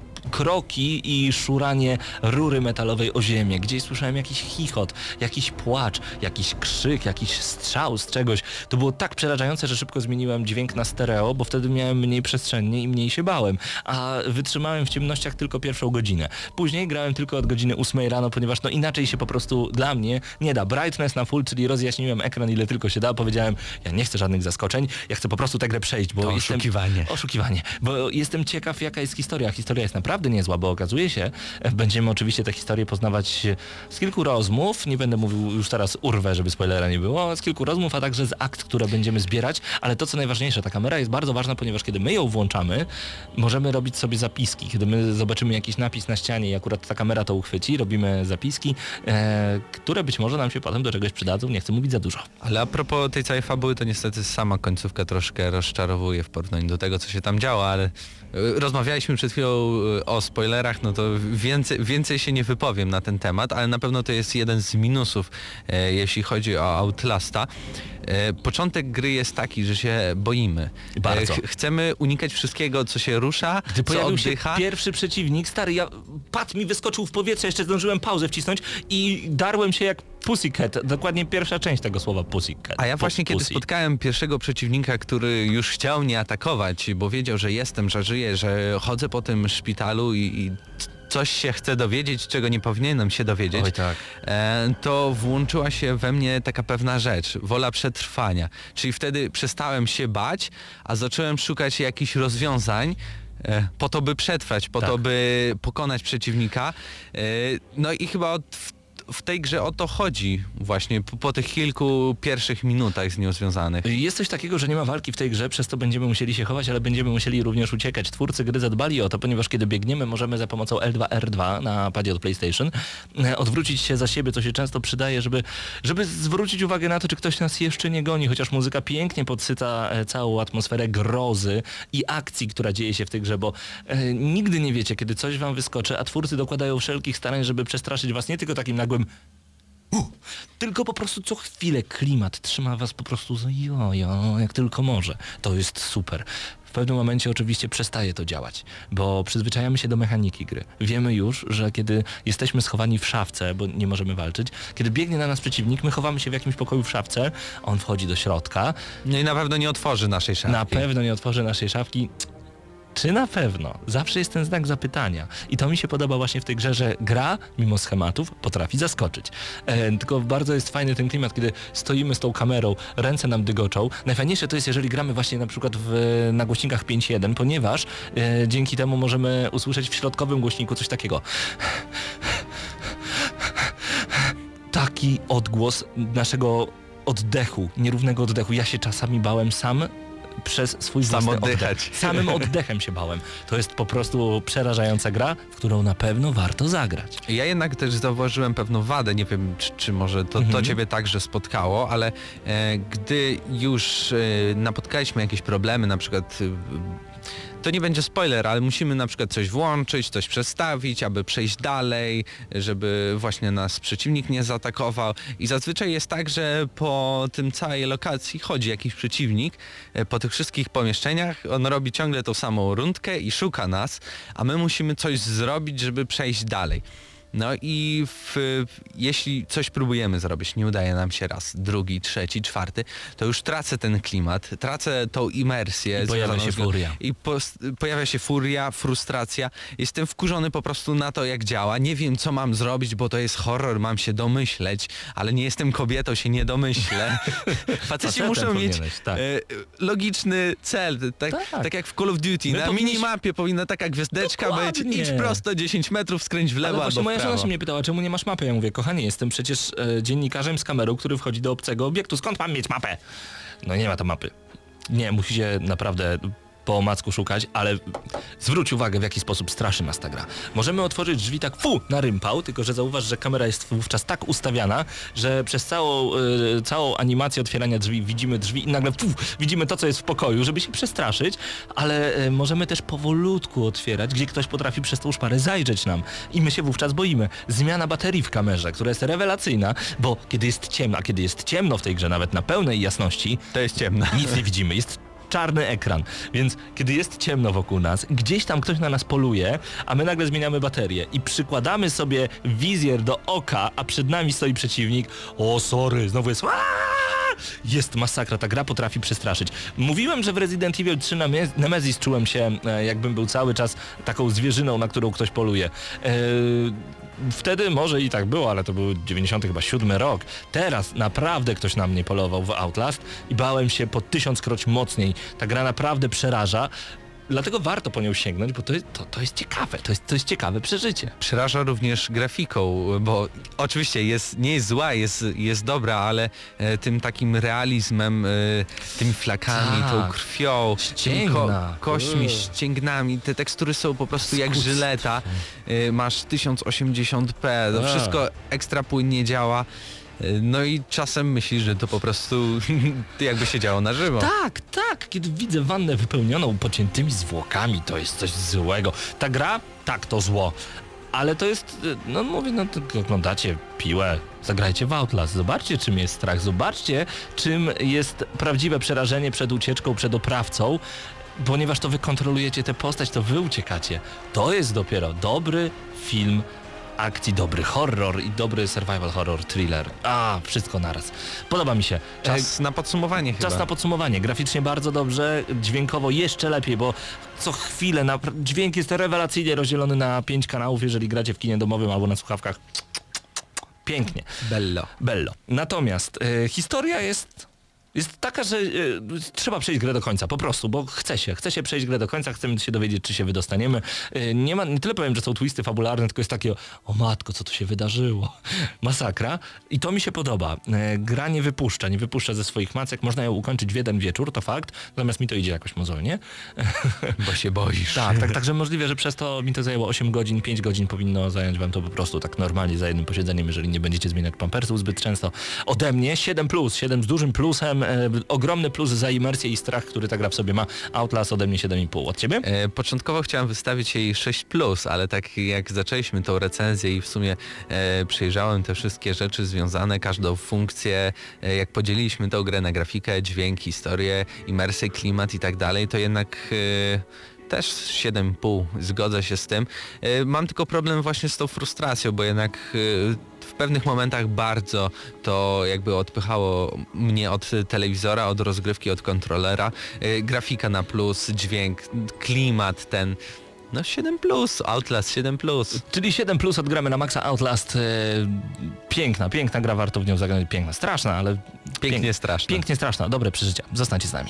kroki i szuranie rury metalowej o ziemię. Gdzieś słyszałem jakiś chichot, jakiś płacz, jakiś krzyk, jakiś strzał z czegoś. To było tak przerażające, że szybko zmieniłem dźwięk na stereo, bo wtedy miałem mniej przestrzennie i mniej się bałem. A wytrzymałem w ciemnościach tylko pierwszą godzinę. Później grałem tylko od godziny ósmej rano, ponieważ no inaczej się po prostu dla mnie nie da. Brightness na full, czyli rozjaśniłem ekran ile tylko się da. Powiedziałem, ja nie chcę żadnych zaskoczeń, ja chcę po prostu tę grę przejść, bo To jestem... oszukiwanie. Oszukiwanie, bo jestem ciekaw, jaka jest historia. Historia jest naprawdę niezła, bo okazuje się, będziemy oczywiście tę historię poznawać z kilku rozmów, nie będę mówił już teraz urwę, żeby spoilera nie było, z kilku rozmów, a także z akt, które będziemy zbierać, ale to co najważniejsze, ta kamera jest bardzo ważna, ponieważ kiedy my ją włączamy, możemy robić sobie zapiski. Kiedy my zobaczymy jakiś napis na ścianie i akurat ta kamera to uchwyci, robimy zapiski, e, które być może nam się potem do czegoś przydadzą, nie chcę mówić za dużo. Ale a propos tej całej fabuły, to niestety sama końcówka troszkę rozczarowuje w porównaniu do tego, co się tam działo, ale y, rozmawialiśmy przed chwilą y, o spoilerach, no to więcej, więcej się nie wypowiem na ten temat, ale na pewno to jest jeden z minusów, e, jeśli chodzi o Outlasta. E, początek gry jest taki, że się boimy. Bardzo. ch- chcemy unikać wszystkiego, co się rusza, Gdy co pojawił się oddycha. pierwszy przeciwnik, stary, ja, pad mi wyskoczył w powietrze, jeszcze zdążyłem pauzę wcisnąć i darłem się jak Pussycat, dokładnie pierwsza część tego słowa Pussycat. A ja Pu- właśnie kiedy pussy. spotkałem pierwszego przeciwnika, który już chciał mnie atakować, bo wiedział, że jestem, że żyję, że chodzę po tym szpitalu i, i coś się chce dowiedzieć, czego nie powinienem się dowiedzieć, Oj, tak. e, to włączyła się we mnie taka pewna rzecz, wola przetrwania. Czyli wtedy przestałem się bać, a zacząłem szukać jakichś rozwiązań, e, po to, by przetrwać, po Tak. to, by pokonać przeciwnika. E, no i chyba od, w, w tej grze o to chodzi właśnie, po, po tych kilku pierwszych minutach z nią związanych. Jest coś takiego, że nie ma walki w tej grze, przez to będziemy musieli się chować, ale będziemy musieli również uciekać. Twórcy gry zadbali o to, ponieważ kiedy biegniemy, możemy za pomocą L dwa R dwa na padzie od PlayStation e, odwrócić się za siebie, co się często przydaje, żeby, żeby zwrócić uwagę na to, czy ktoś nas jeszcze nie goni, chociaż muzyka pięknie podsyca e, całą atmosferę grozy i akcji, która dzieje się w tej grze, bo e, nigdy nie wiecie, kiedy coś wam wyskoczy, a twórcy dokładają wszelkich starań, żeby przestraszyć was nie tylko takim nagłym Uh, tylko po prostu co chwilę klimat trzyma was po prostu za jojo, jak tylko może. To jest super. W pewnym momencie oczywiście przestaje to działać, bo przyzwyczajamy się do mechaniki gry. Wiemy już, że kiedy jesteśmy schowani w szafce, bo nie możemy walczyć, kiedy biegnie na nas przeciwnik, my chowamy się w jakimś pokoju w szafce, on wchodzi do środka, No i na pewno nie otworzy naszej szafki. na pewno nie otworzy naszej szafki. Czy na pewno? Zawsze jest ten znak zapytania. I to mi się podoba właśnie w tej grze, że gra, mimo schematów, potrafi zaskoczyć. E, tylko bardzo jest fajny ten klimat, kiedy stoimy z tą kamerą, ręce nam dygoczą. Najfajniejsze to jest, jeżeli gramy właśnie na przykład w, na głośnikach pięć jeden, ponieważ e, dzięki temu możemy usłyszeć w środkowym głośniku coś takiego. Taki odgłos naszego oddechu, nierównego oddechu. Ja się czasami bałem sam przez swój Sam własny oddychać. oddech. Samym oddechem się bałem. To jest po prostu przerażająca gra, w którą na pewno warto zagrać. Ja jednak też zauważyłem pewną wadę, nie wiem czy, czy może to, Mhm. to ciebie także spotkało, ale e, gdy już e, napotkaliśmy jakieś problemy, na przykład e, to nie będzie spoiler, ale musimy na przykład coś włączyć, coś przestawić, aby przejść dalej, żeby właśnie nas przeciwnik nie zaatakował. I zazwyczaj jest tak, że po tym całej lokacji chodzi jakiś przeciwnik, e, po tych wszystkich pomieszczeniach, on robi ciągle tą samą rundkę i szuka nas, a my musimy coś zrobić, żeby przejść dalej. No i w, jeśli coś próbujemy zrobić, nie udaje nam się raz, drugi, trzeci, czwarty, to już tracę ten klimat, tracę tą imersję. I pojawia związaną się z- furia. I po, pojawia się furia, frustracja. Jestem wkurzony po prostu na to, jak działa. Nie wiem, co mam zrobić, bo to jest horror, mam się domyśleć, ale nie jestem kobietą, się nie domyślę. Faceci Facetem muszą mieć powinieneś, tak. e, logiczny cel, tak, Tak. tak jak w Call of Duty. My na powinniśmy- minimapie powinna taka gwiazdeczka być, Dokładnie. idź prosto dziesięć metrów, skręć w lewo Ale właśnie albo moja w żona prawo. się mnie pytała, czemu nie masz mapy? Ja mówię, kochanie, jestem przecież e, dziennikarzem z kamerą, który wchodzi do obcego obiektu. Skąd mam mieć mapę? No nie ma tam mapy. Nie, musicie naprawdę po omacku szukać, ale zwróć uwagę, w jaki sposób straszy nas ta gra. Możemy otworzyć drzwi tak fu na rympał, tylko że zauważ, że kamera jest wówczas tak ustawiana, że przez całą, y, całą animację otwierania drzwi widzimy drzwi i nagle fu, widzimy to, co jest w pokoju, żeby się przestraszyć, ale y, możemy też powolutku otwierać, gdzie ktoś potrafi przez tą szparę zajrzeć nam i my się wówczas boimy. Zmiana baterii w kamerze, która jest rewelacyjna, bo kiedy jest ciemno, a kiedy jest ciemno w tej grze, nawet na pełnej jasności, To jest ciemne. nic nie widzimy, jest czarny ekran, więc kiedy jest ciemno wokół nas, gdzieś tam ktoś na nas poluje, a my nagle zmieniamy baterię i przykładamy sobie wizjer do oka, a przed nami stoi przeciwnik, o sorry, znowu jest Aaaa! Jest masakra, ta gra potrafi przestraszyć. Mówiłem, że w Resident Evil trzy Neme- Nemesis czułem się, e, jakbym był cały czas taką zwierzyną, na którą ktoś poluje. E, Wtedy może i tak było, ale to był dziewięćdziesiąty chyba siódmy rok. Teraz naprawdę ktoś na mnie polował w Outlast i bałem się po tysiąckroć mocniej. Ta gra naprawdę przeraża. Dlatego warto po nią sięgnąć, bo to jest, to, to jest ciekawe, to jest, to jest ciekawe przeżycie. Przeraża również grafiką, bo oczywiście jest, nie jest zła, jest, jest dobra, ale e, tym takim realizmem, e, tymi flakami, Tak. tą krwią, tymi Ścięgna. kośćmi, Ugh. ścięgnami, te tekstury są po prostu jak Skutstwo. żyleta. E, masz tysiąc osiemdziesiąt p, to A. wszystko ekstra płynnie działa. E, No i czasem myślisz, że to po prostu jakby się działo na żywo. Tak, tak, kiedy widzę wannę wypełnioną pociętymi zwłokami, to jest coś złego. Ta gra, tak, to zło. Ale to jest, y, no mówię, no to oglądacie piłę, zagrajcie w Outlast, zobaczcie czym jest strach, zobaczcie czym jest prawdziwe przerażenie przed ucieczką, przed oprawcą, ponieważ to wy kontrolujecie tę postać, to wy uciekacie. To jest dopiero dobry film akcji, dobry horror i dobry survival horror, thriller. A, wszystko naraz. Podoba mi się. Czas na podsumowanie chyba. Czas na podsumowanie. Graficznie bardzo dobrze, dźwiękowo jeszcze lepiej, bo co chwilę napra- dźwięk jest rewelacyjnie rozdzielony na pięć kanałów, jeżeli gracie w kinie domowym albo na słuchawkach. Pięknie. Bello. Bello. Natomiast e, historia jest... Jest taka, że e, trzeba przejść grę do końca, po prostu, bo chce się, chce się przejść grę do końca, chcemy się dowiedzieć, czy się wydostaniemy. E, nie ma, nie tyle powiem, że są twisty fabularne, tylko jest takie, o matko, co tu się wydarzyło. Masakra. I to mi się podoba. E, gra nie wypuszcza, nie wypuszcza ze swoich macek, można ją ukończyć w jeden wieczór, to fakt, natomiast mi to idzie jakoś mozolnie. Bo się boisz. Tak, tak, także możliwe, że przez to mi to zajęło osiem godzin, pięć godzin powinno zająć wam to po prostu tak normalnie za jednym posiedzeniem, jeżeli nie będziecie zmieniać pampersów zbyt często. Ode mnie siedem plus, siedem z dużym plusem, e, ogromny plus za imersję i strach, który ta gra w sobie ma. Outlast ode mnie siedem i pół. Od ciebie? E, początkowo chciałem wystawić jej sześć plus, ale tak jak zaczęliśmy tą recenzję i w sumie e, przejrzałem te wszystkie rzeczy związane, każdą funkcję, e, jak podzieliliśmy tą grę na grafikę, dźwięk, historię, imersję, klimat i tak dalej, to jednak... E, też siedem i pół, zgodzę się z tym. E, Mam tylko problem właśnie z tą frustracją, bo jednak e, w pewnych momentach bardzo to jakby odpychało mnie od telewizora, od rozgrywki, od kontrolera. E, Grafika na plus, dźwięk, klimat ten. No siedem plus, Outlast siedem plus. Czyli siedem plus od Gramy na Maxa. Outlast. E, piękna, piękna gra, warto w nią zagrać. Piękna, straszna, ale... Pięknie pięk- straszne. Pięknie straszna, dobre przeżycia. Zostańcie z nami.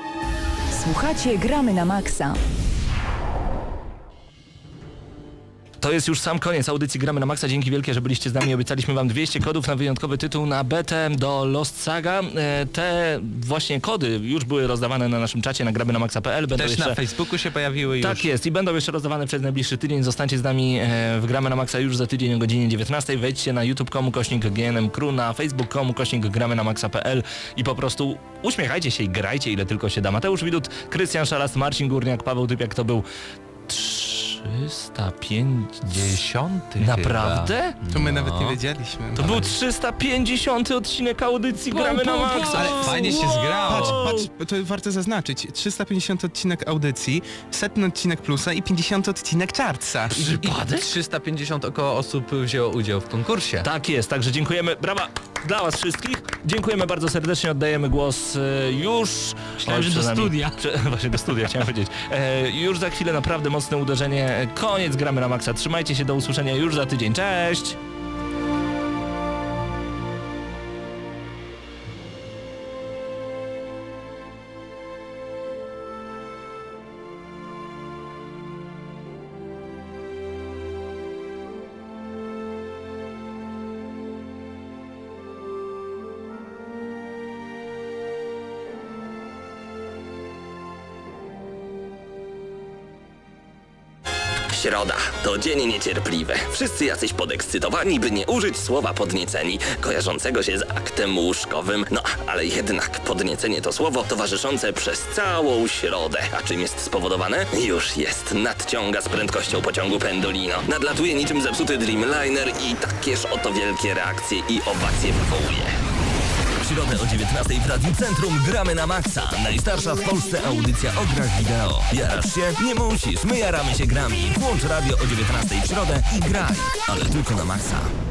Słuchacie Gramy na Maxa. To jest już sam koniec audycji Gramy na Maxa. Dzięki wielkie, że byliście z nami. Obiecaliśmy wam dwieście kodów na wyjątkowy tytuł na betę do Lost Saga. E, te właśnie kody już były rozdawane na naszym czacie na gramy na maxa kropka p l. Będą Też jeszcze... na Facebooku się pojawiły już. Tak jest i będą jeszcze rozdawane przez najbliższy tydzień. Zostańcie z nami e, w Gramy na Maxa już za tydzień o godzinie dziewiętnastej. Wejdźcie na youtube kropka com kośnik G N M Crew, na facebook kropka com kośnik gramy na maxa kropka p l i po prostu uśmiechajcie się i grajcie ile tylko się da. Mateusz Widut, Krystian Szalas, Marcin Górniak, Paweł Typiak, to był trzysta pięćdziesiąt. Naprawdę? To my nawet nie wiedzieliśmy. To był trzysta pięćdziesiąty odcinek audycji Gramy na Maxa. Ale fajnie się zgrało. Patrz, patrz, to warto zaznaczyć. trzysta pięćdziesiąty odcinek audycji, setny odcinek Plusa i pięćdziesiąty odcinek Chartsa. I trzysta pięćdziesiąt około osób wzięło udział w konkursie. Tak jest, także dziękujemy. Brawa dla was wszystkich. Dziękujemy bardzo serdecznie. Oddajemy głos e, już... Myślałem, że do przynajmniej- studia. Prze, właśnie do studia, chciałem powiedzieć. E, już za chwilę naprawdę mocne uderzenie. Koniec Gramy na Maxa. Trzymajcie się, do usłyszenia już za tydzień. Cześć! Środa to dzień niecierpliwy. Wszyscy jacyś podekscytowani, by nie użyć słowa podnieceni, kojarzącego się z aktem łóżkowym. No, ale jednak podniecenie to słowo towarzyszące przez całą środę. A czym jest spowodowane? Już jest. Nadciąga z prędkością pociągu Pendolino. Nadlatuje niczym zepsuty Dreamliner i takież oto wielkie reakcje i owacje wywołuje. W środę o dziewiętnastej w Radiu Centrum Gramy na Maxa. Najstarsza w Polsce audycja o grach wideo. Jarasz się? Nie musisz. My jaramy się grami. Włącz radio o dziewiętnastej w środę i graj. Ale tylko na Maxa.